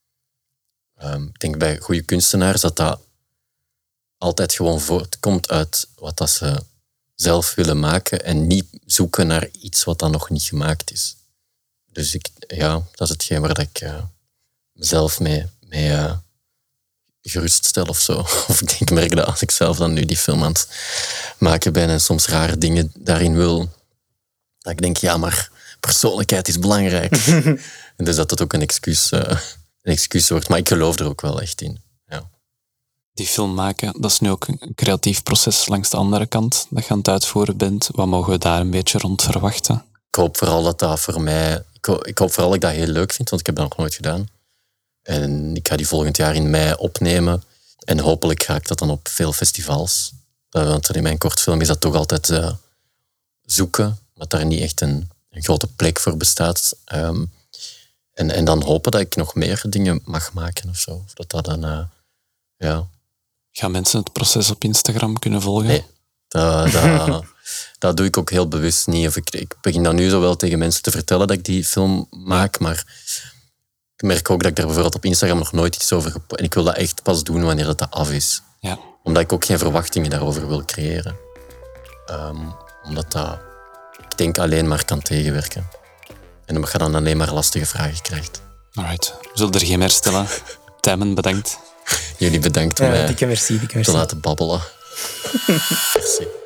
C: um, ik denk bij goede kunstenaars dat dat altijd gewoon voortkomt uit wat dat ze zelf willen maken en niet zoeken naar iets wat dan nog niet gemaakt is. Dus ik, ja, dat is hetgeen waar ik uh, mezelf mee, mee uh, geruststel of zo. Of ik denk, merk dat als ik zelf dan nu die film aan het maken ben en soms rare dingen daarin wil, dat ik denk, ja, maar persoonlijkheid is belangrijk. En dus dat dat ook een excuus, uh, een excuus wordt. Maar ik geloof er ook wel echt in. Ja.
B: Die film maken, dat is nu ook een creatief proces langs de andere kant, dat je aan het uitvoeren bent. Wat mogen we daar een beetje rond verwachten?
C: Ik hoop vooral dat dat voor mij... Ik hoop, ik hoop vooral dat ik dat heel leuk vind, want ik heb dat nog nooit gedaan. En ik ga die volgend jaar in mei opnemen. En hopelijk ga ik dat dan op veel festivals. Uh, want in mijn kortfilm is dat toch altijd uh, zoeken, wat daar niet echt een, een grote plek voor bestaat. Um, en, en dan hopen dat ik nog meer dingen mag maken of zo. Of dat dat dan... Uh, ja...
B: Gaan mensen het proces op Instagram kunnen volgen?
C: Nee, dat, dat, dat doe ik ook heel bewust niet. Of ik, ik begin dan nu zo wel tegen mensen te vertellen dat ik die film maak, maar ik merk ook dat ik daar bijvoorbeeld op Instagram nog nooit iets over heb. En ik wil dat echt pas doen wanneer dat, dat af is.
B: Ja.
C: Omdat ik ook geen verwachtingen daarover wil creëren. Um, omdat dat, ik denk, alleen maar kan tegenwerken. En omdat je dan alleen maar lastige vragen krijgt.
B: Alright, we zullen er geen meer stellen. Tijmen, bedankt.
C: Jullie bedankt om
A: ja,
C: mij
A: dikke merci, dikke merci.
C: te laten babbelen. Merci.